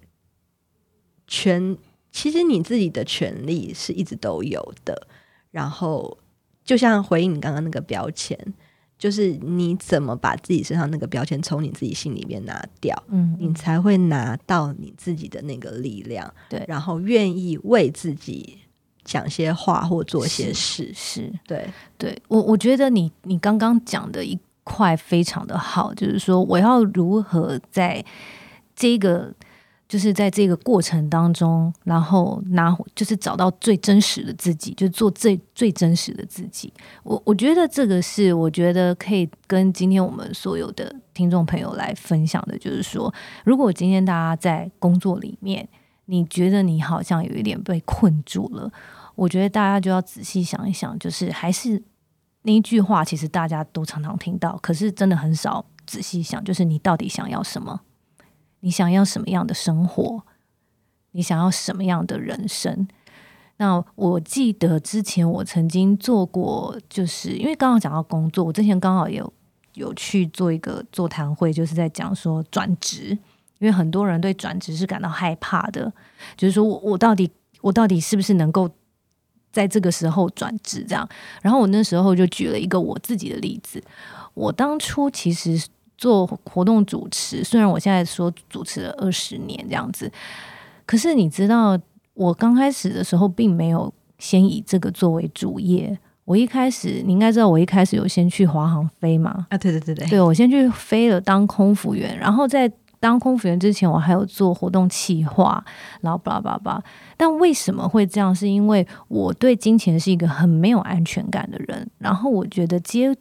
S2: 其实你自己的权利是一直都有的，然后就像回应你刚刚那个标签，就是你怎么把自己身上那个标签从你自己心里面拿掉，你才会拿到你自己的那个力量，对，然后愿意为自己讲些话或做些事。是对
S1: 我觉得你刚刚讲的一块非常的好，就是说我要如何在这个就是在这个过程当中，然后就是找到最真实的自己，就做最真实的自己。我觉得这个是我觉得可以跟今天我们所有的听众朋友来分享的，就是说，如果今天大家在工作里面，你觉得你好像有一点被困住了，我觉得大家就要仔细想一想，就是还是那一句话，其实大家都常常听到，可是真的很少仔细想，就是你到底想要什么。你想要什么样的生活？你想要什么样的人生？ 那我记得之前我曾经做过，就是因为刚刚讲到工作，我之前刚好有去做一个座谈会，就是在讲说转职，因为很多人对转职是感到害怕的，就是说我到底是不是能够在这个时候转职这样。然后我那时候就举了一个我自己的例子，我当初其实做活动主持，虽然我现在说主持了20年这样子，可是你知道我刚开始的时候并没有先以这个作为主业。我一开始你应该知道，我一开始有先去华航飞嘛？
S2: 啊，对对对对，
S1: 对，我先去飞了当空服员，然后在当空服员之前，我还有做活动企划，然后巴拉巴拉。但为什么会这样？是因为我对金钱是一个很没有安全感的人，然后我觉得接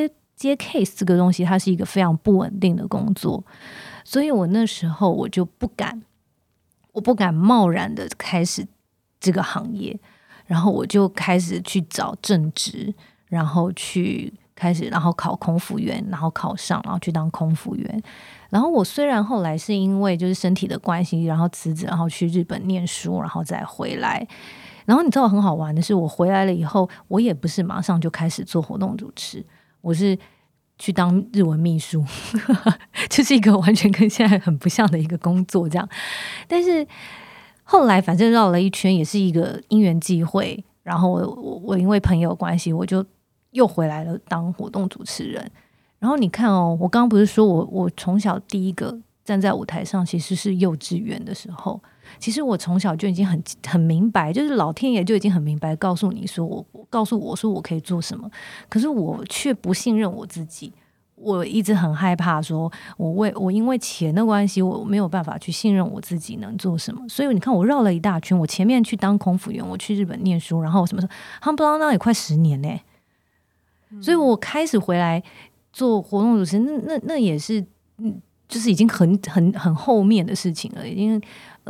S1: case 这个东西，它是一个非常不稳定的工作，所以我那时候我就不敢贸然的开始这个行业，然后我就开始去找正职，然后考空服员，然后考上，然后去当空服员。然后我虽然后来是因为就是身体的关系，然后辞职，然后去日本念书，然后再回来。然后你知道很好玩的是，我回来了以后，我也不是马上就开始做活动主持，我是去当日文秘书，就是一个完全跟现在很不像的一个工作这样。但是后来反正绕了一圈，也是一个因缘际会，然后我因为朋友关系，我就又回来了当活动主持人。然后你看哦，我刚刚不是说我从小第一个站在舞台上其实是幼稚园的时候，其实我从小就已经很明白，就是老天爷就已经很明白告诉你说告诉我说我可以做什么，可是我却不信任我自己。我一直很害怕说我因为钱的关系，我没有办法去信任我自己能做什么。所以你看我绕了一大圈，我前面去当空服员，我去日本念书，然后什么时候他们不知道那也快10年呢。所以我开始回来做活动主持，那也是就是已经很后面的事情了，已经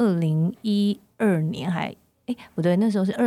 S1: 2012年不对，那时候是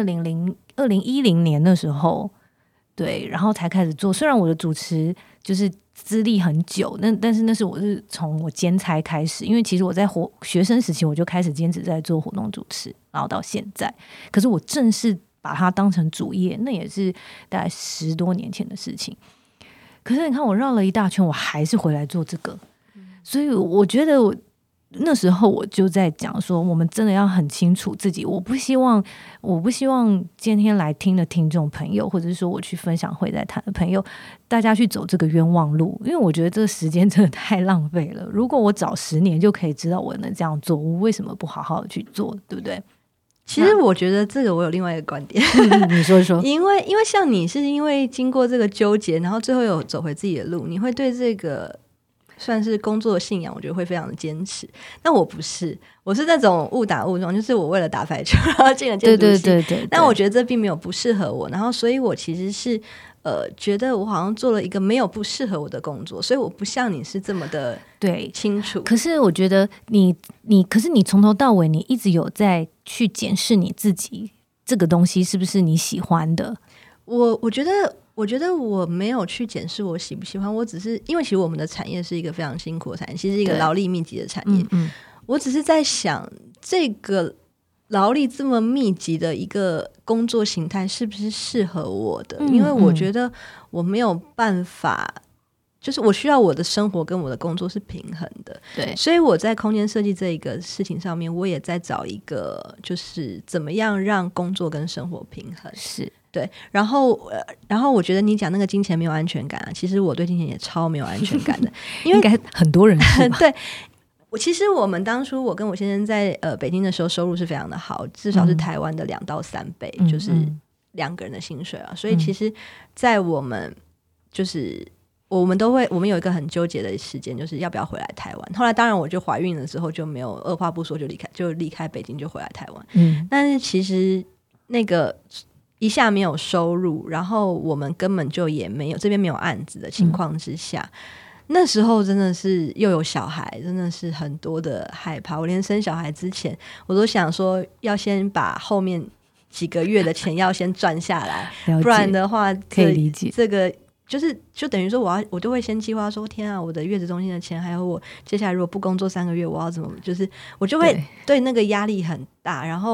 S1: 2010年的时候，对，然后才开始做。虽然我的主持就是资历很久，但是我是从我兼差开始，因为其实我在学生时期我就开始兼职在做活动主持，然后到现在，可是我正式把它当成主业，那也是大概10多年前的事情。可是你看我绕了一大圈，我还是回来做这个，所以我觉得那时候我就在讲说，我们真的要很清楚自己。我不希望今天来听的听众朋友，或者是说我去分享会在谈的朋友，大家去走这个冤枉路，因为我觉得这个时间真的太浪费了。如果我早10年就可以知道我能这样做，我为什么不好好的去做，对不对？
S2: 其实我觉得这个我有另外一个观点，
S1: 你说一说。
S2: 因为像你是因为经过这个纠结，然后最后有走回自己的路，你会对这个算是工作的信仰，我觉得会非常的坚持。但我不是，我是那种误打误撞，就是我为了打排球然后进了建筑系，对。但我觉得这并没有不适合我，然后所以我其实是觉得我好像做了一个没有不适合我的工作，所以我不像你是这么的对清楚。
S1: 可是我觉得可是你从头到尾你一直有在去检视你自己这个东西是不是你喜欢的。
S2: 我觉得我没有去检视我喜不喜欢，我只是因为其实我们的产业是一个非常辛苦的产业，其实是一个劳力密集的产业。我只是在想，这个劳力这么密集的一个工作形态是不是适合我的？因为我觉得我没有办法，就是我需要我的生活跟我的工作是平衡的。对，所以我在空间设计这一个事情上面，我也在找一个就是怎么样让工作跟生活平衡。是。对，然后我觉得你讲那个金钱没有安全感啊，其实我对金钱也超没有安全感的，因为
S1: 应该很多人是吧？
S2: 对，其实我们当初我跟我先生在北京的时候，收入是非常的好，至少是台湾的2到3倍，就是2个人的薪水啊。所以其实，在我们就是我们有一个很纠结的时间，就是要不要回来台湾。后来当然我就怀孕了之后就没有二话不说就离开北京就回来台湾。但是其实那个一下没有收入，然后我们根本就也没有这边没有案子的情况之下，那时候真的是又有小孩，真的是很多的害怕。我连生小孩之前我都想说要先把后面几个月的钱要先赚下来不然的话
S1: 可以理解
S2: 这个就等于说我就会先计划说天啊，我的月子中心的钱，还有我接下来如果不工作3个月我要怎么，就是我就会对那个压力很大。然后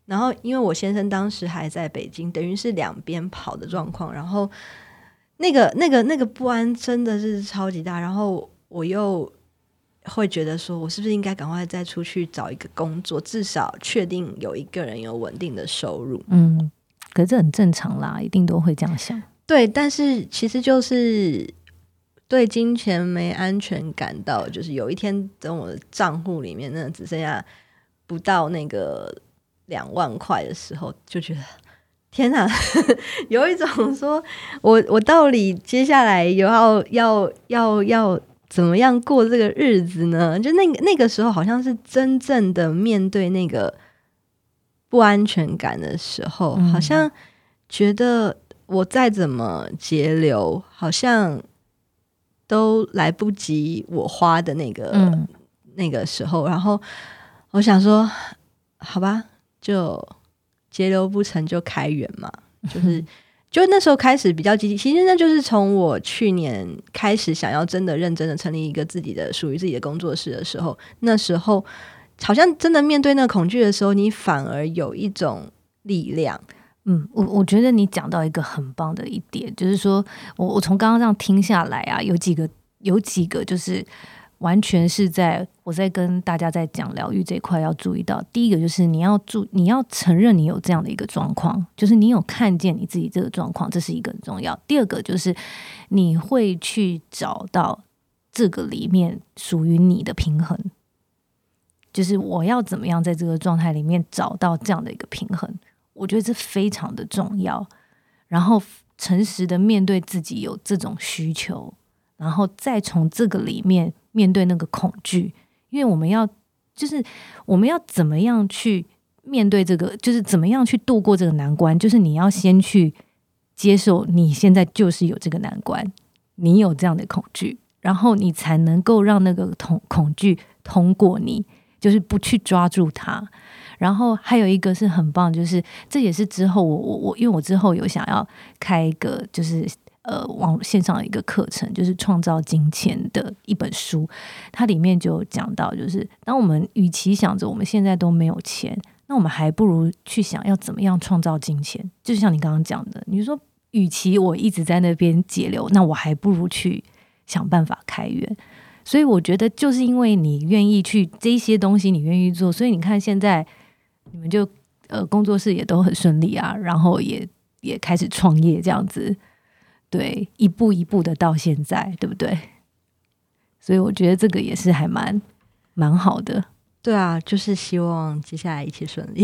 S2: 然后因为我先生当时还在北京，等于是两边跑的状况，然后那个不安真的是超级大，然后我又会觉得说我是不是应该赶快再出去找一个工作，至少确定有一个人有稳定的收入。
S1: 可是这很正常啦，一定都会这样想。
S2: 对，但是其实就是对金钱没安全感到，就是有一天等我的账户里面那只剩下不到那个2万块的时候，就觉得天哪有一种说我到底接下来要怎么样过这个日子呢？就那个时候好像是真正的面对那个不安全感的时候，好像觉得我再怎么节流好像都来不及我花的那个时候，然后我想说好吧，就节流不成就开源嘛，就那时候开始比较积极。其实那就是从我去年开始想要真的认真的成立一个自己的属于自己的工作室的时候，那时候好像真的面对那个恐惧的时候，你反而有一种力量。
S1: 我觉得你讲到一个很棒的一点，就是说我从刚刚这样听下来啊，有几个就是完全是我在跟大家在讲疗愈这一块要注意到。第一个就是你要承认你有这样的一个状况，就是你有看见你自己这个状况，这是一个很重要。第二个就是你会去找到这个里面属于你的平衡，就是我要怎么样在这个状态里面找到这样的一个平衡，我觉得这非常的重要。然后诚实的面对自己有这种需求，然后再从这个里面面对那个恐惧，因为我们要怎么样去面对这个，就是怎么样去度过这个难关，就是你要先去接受你现在就是有这个难关，你有这样的恐惧，然后你才能够让那个恐惧通过你，就是不去抓住它。然后还有一个是很棒，就是这也是之后因为我之后有想要开一个就是网络线上的一个课程，就是创造金钱的一本书，它里面就讲到，就是当我们与其想着我们现在都没有钱，那我们还不如去想要怎么样创造金钱。就像你刚刚讲的，你说与其我一直在那边节流，那我还不如去想办法开源。所以我觉得就是因为你愿意去这些东西，你愿意做，所以你看现在你们就工作室也都很顺利啊，然后也开始创业这样子，对，一步一步的到现在，对不对？所以我觉得这个也是还蛮好的。
S2: 对啊，就是希望接下来一切顺利。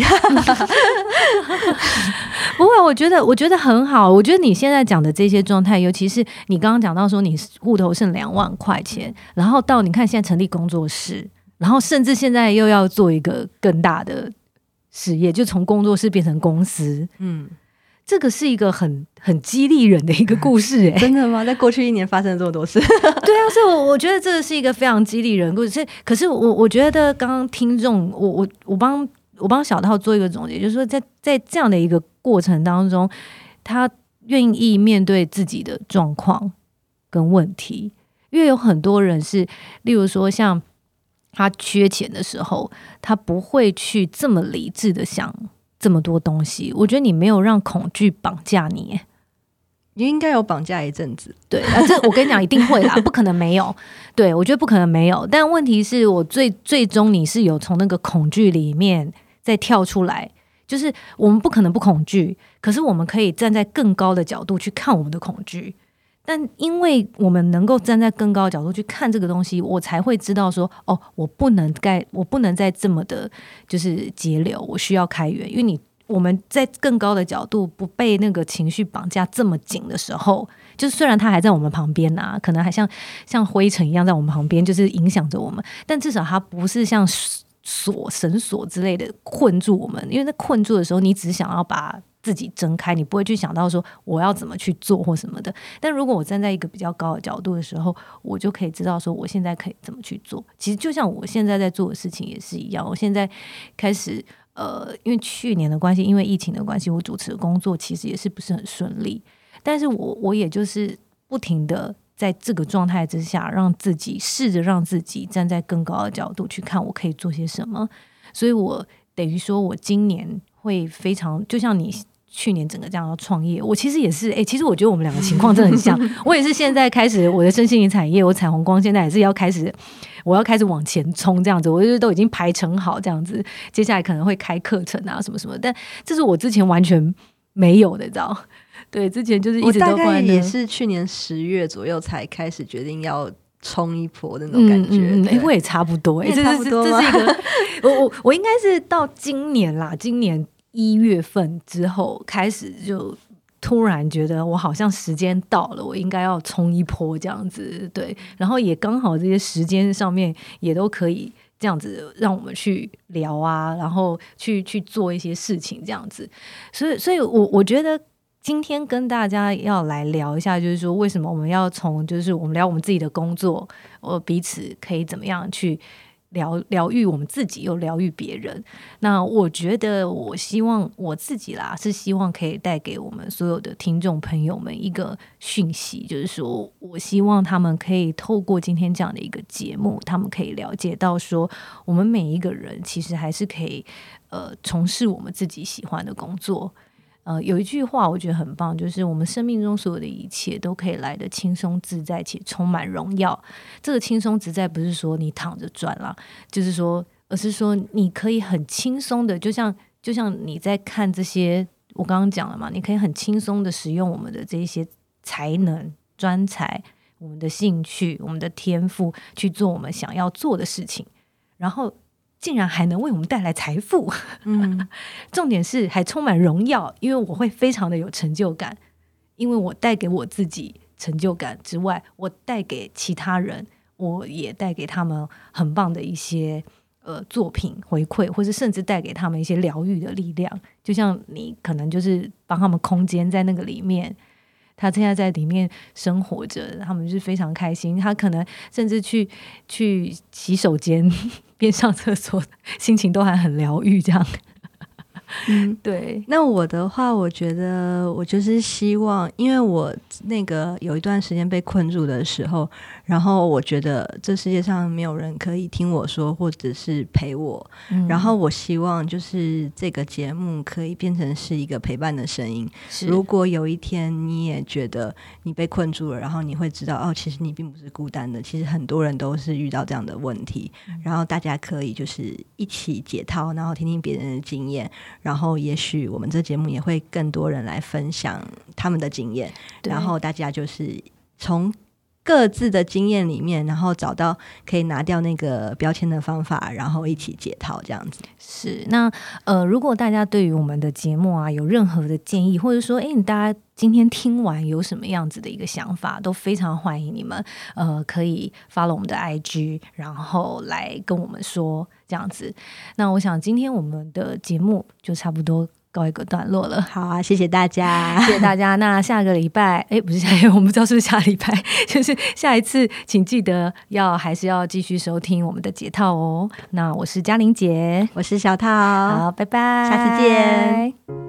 S1: 不会，我觉得很好。我觉得你现在讲的这些状态，尤其是你刚刚讲到说你户头剩2万块钱，然后到你看现在成立工作室，然后甚至现在又要做一个更大的事业，就从工作室变成公司。这个是一个很激励人的一个故事。
S2: 真的吗？在过去1年发生了这么多事。
S1: 对啊，所以我觉得这是一个非常激励人的故事。可是我觉得刚刚听众，我帮小套做一个总结，就是说在这样的一个过程当中，他愿意面对自己的状况跟问题，因为有很多人是，例如说像他缺钱的时候，他不会去这么理智的想这么多东西。我觉得你没有让恐惧绑架你，
S2: 你应该有绑架一阵子。
S1: 对啊，这我跟你讲一定会啦，不可能没有。对，我觉得不可能没有，但问题是我最终你是有从那个恐惧里面再跳出来，就是我们不可能不恐惧，可是我们可以站在更高的角度去看我们的恐惧。但因为我们能够站在更高的角度去看这个东西，我才会知道说，哦，我不能再这么的就是节流，我需要开源。因为我们在更高的角度不被那个情绪绑架这么紧的时候，就是虽然它还在我们旁边啊，可能还像灰尘一样在我们旁边，就是影响着我们，但至少它不是像绳索之类的困住我们。因为在困住的时候，你只想要把自己睁开，你不会去想到说我要怎么去做或什么的。但如果我站在一个比较高的角度的时候，我就可以知道说我现在可以怎么去做。其实就像我现在在做的事情也是一样，我现在开始因为去年的关系，因为疫情的关系，我主持的工作其实也是不是很顺利，但是我也就是不停的在这个状态之下，试着让自己站在更高的角度去看我可以做些什么。所以我等于说我今年会非常，就像你去年整个这样要创业，我其实也是，其实我觉得我们两个情况真的很像。我也是现在开始我的身心灵产业，我彩虹光现在也是要开始，我要开始往前冲这样子，我就是都已经排成好这样子，接下来可能会开课程啊什么什么，但这是我之前完全没有的，你知道？对，之前就是一直都
S2: 我大概也是去年10月左右才开始决定要冲一波的那种感觉。
S1: 我也差不多，这是一个我应该是到今年啦，今年1月份之后开始就突然觉得我好像时间到了，我应该要冲一波这样子，对，然后也刚好这些时间上面也都可以这样子让我们去聊啊，然后去做一些事情这样子，所以我觉得今天跟大家要来聊一下，就是说为什么我们要从就是我们聊我们自己的工作，彼此可以怎么样去疗愈我们自己又疗愈别人。那我觉得我希望我自己啦是希望可以带给我们所有的听众朋友们一个讯息，就是说我希望他们可以透过今天这样的一个节目，他们可以了解到说我们每一个人其实还是可以从事我们自己喜欢的工作。有一句话我觉得很棒，就是我们生命中所有的一切都可以来得轻松自在且充满荣耀。这个轻松自在不是说你躺着赚啦，就是说而是说你可以很轻松的，就像你在看这些我刚刚讲了嘛，你可以很轻松的使用我们的这些才能专才，我们的兴趣，我们的天赋去做我们想要做的事情，然后竟然还能为我们带来财富，重点是还充满荣耀，因为我会非常的有成就感，因为我带给我自己成就感之外，我带给其他人，我也带给他们很棒的一些作品回馈，或是甚至带给他们一些疗愈的力量。就像你可能就是帮他们空间在那个里面，他现在在里面生活着，他们就是非常开心，他可能甚至去洗手间边上厕所心情都还很疗愈这样。对。
S2: 那我的话，我觉得我就是希望，因为我那个有一段时间被困住的时候，然后我觉得这世界上没有人可以听我说或者是陪我，然后我希望就是这个节目可以变成是一个陪伴的声音。如果有一天你也觉得你被困住了，然后你会知道其实你并不是孤单的，其实很多人都是遇到这样的问题，然后大家可以就是一起解套，然后听听别人的经验，然后也许我们这节目也会更多人来分享他们的经验，然后大家就是从各自的经验里面，然后找到可以拿掉那个标签的方法，然后一起解套这样子。
S1: 是。那如果大家对于我们的节目啊有任何的建议，或者说你大家今天听完有什么样子的一个想法，都非常欢迎你们可以 follow 我们的 IG， 然后来跟我们说这样子。那我想今天我们的节目就差不多告一个段落了。
S2: 好啊，谢谢大家。
S1: 谢谢大家。那下个礼拜不是我们不知道是不是下礼拜，就是下一次请记得还是要继续收听我们的解套哦。那我是嘉玲姐，
S2: 我是小套，
S1: 好，拜拜，
S2: 下次见。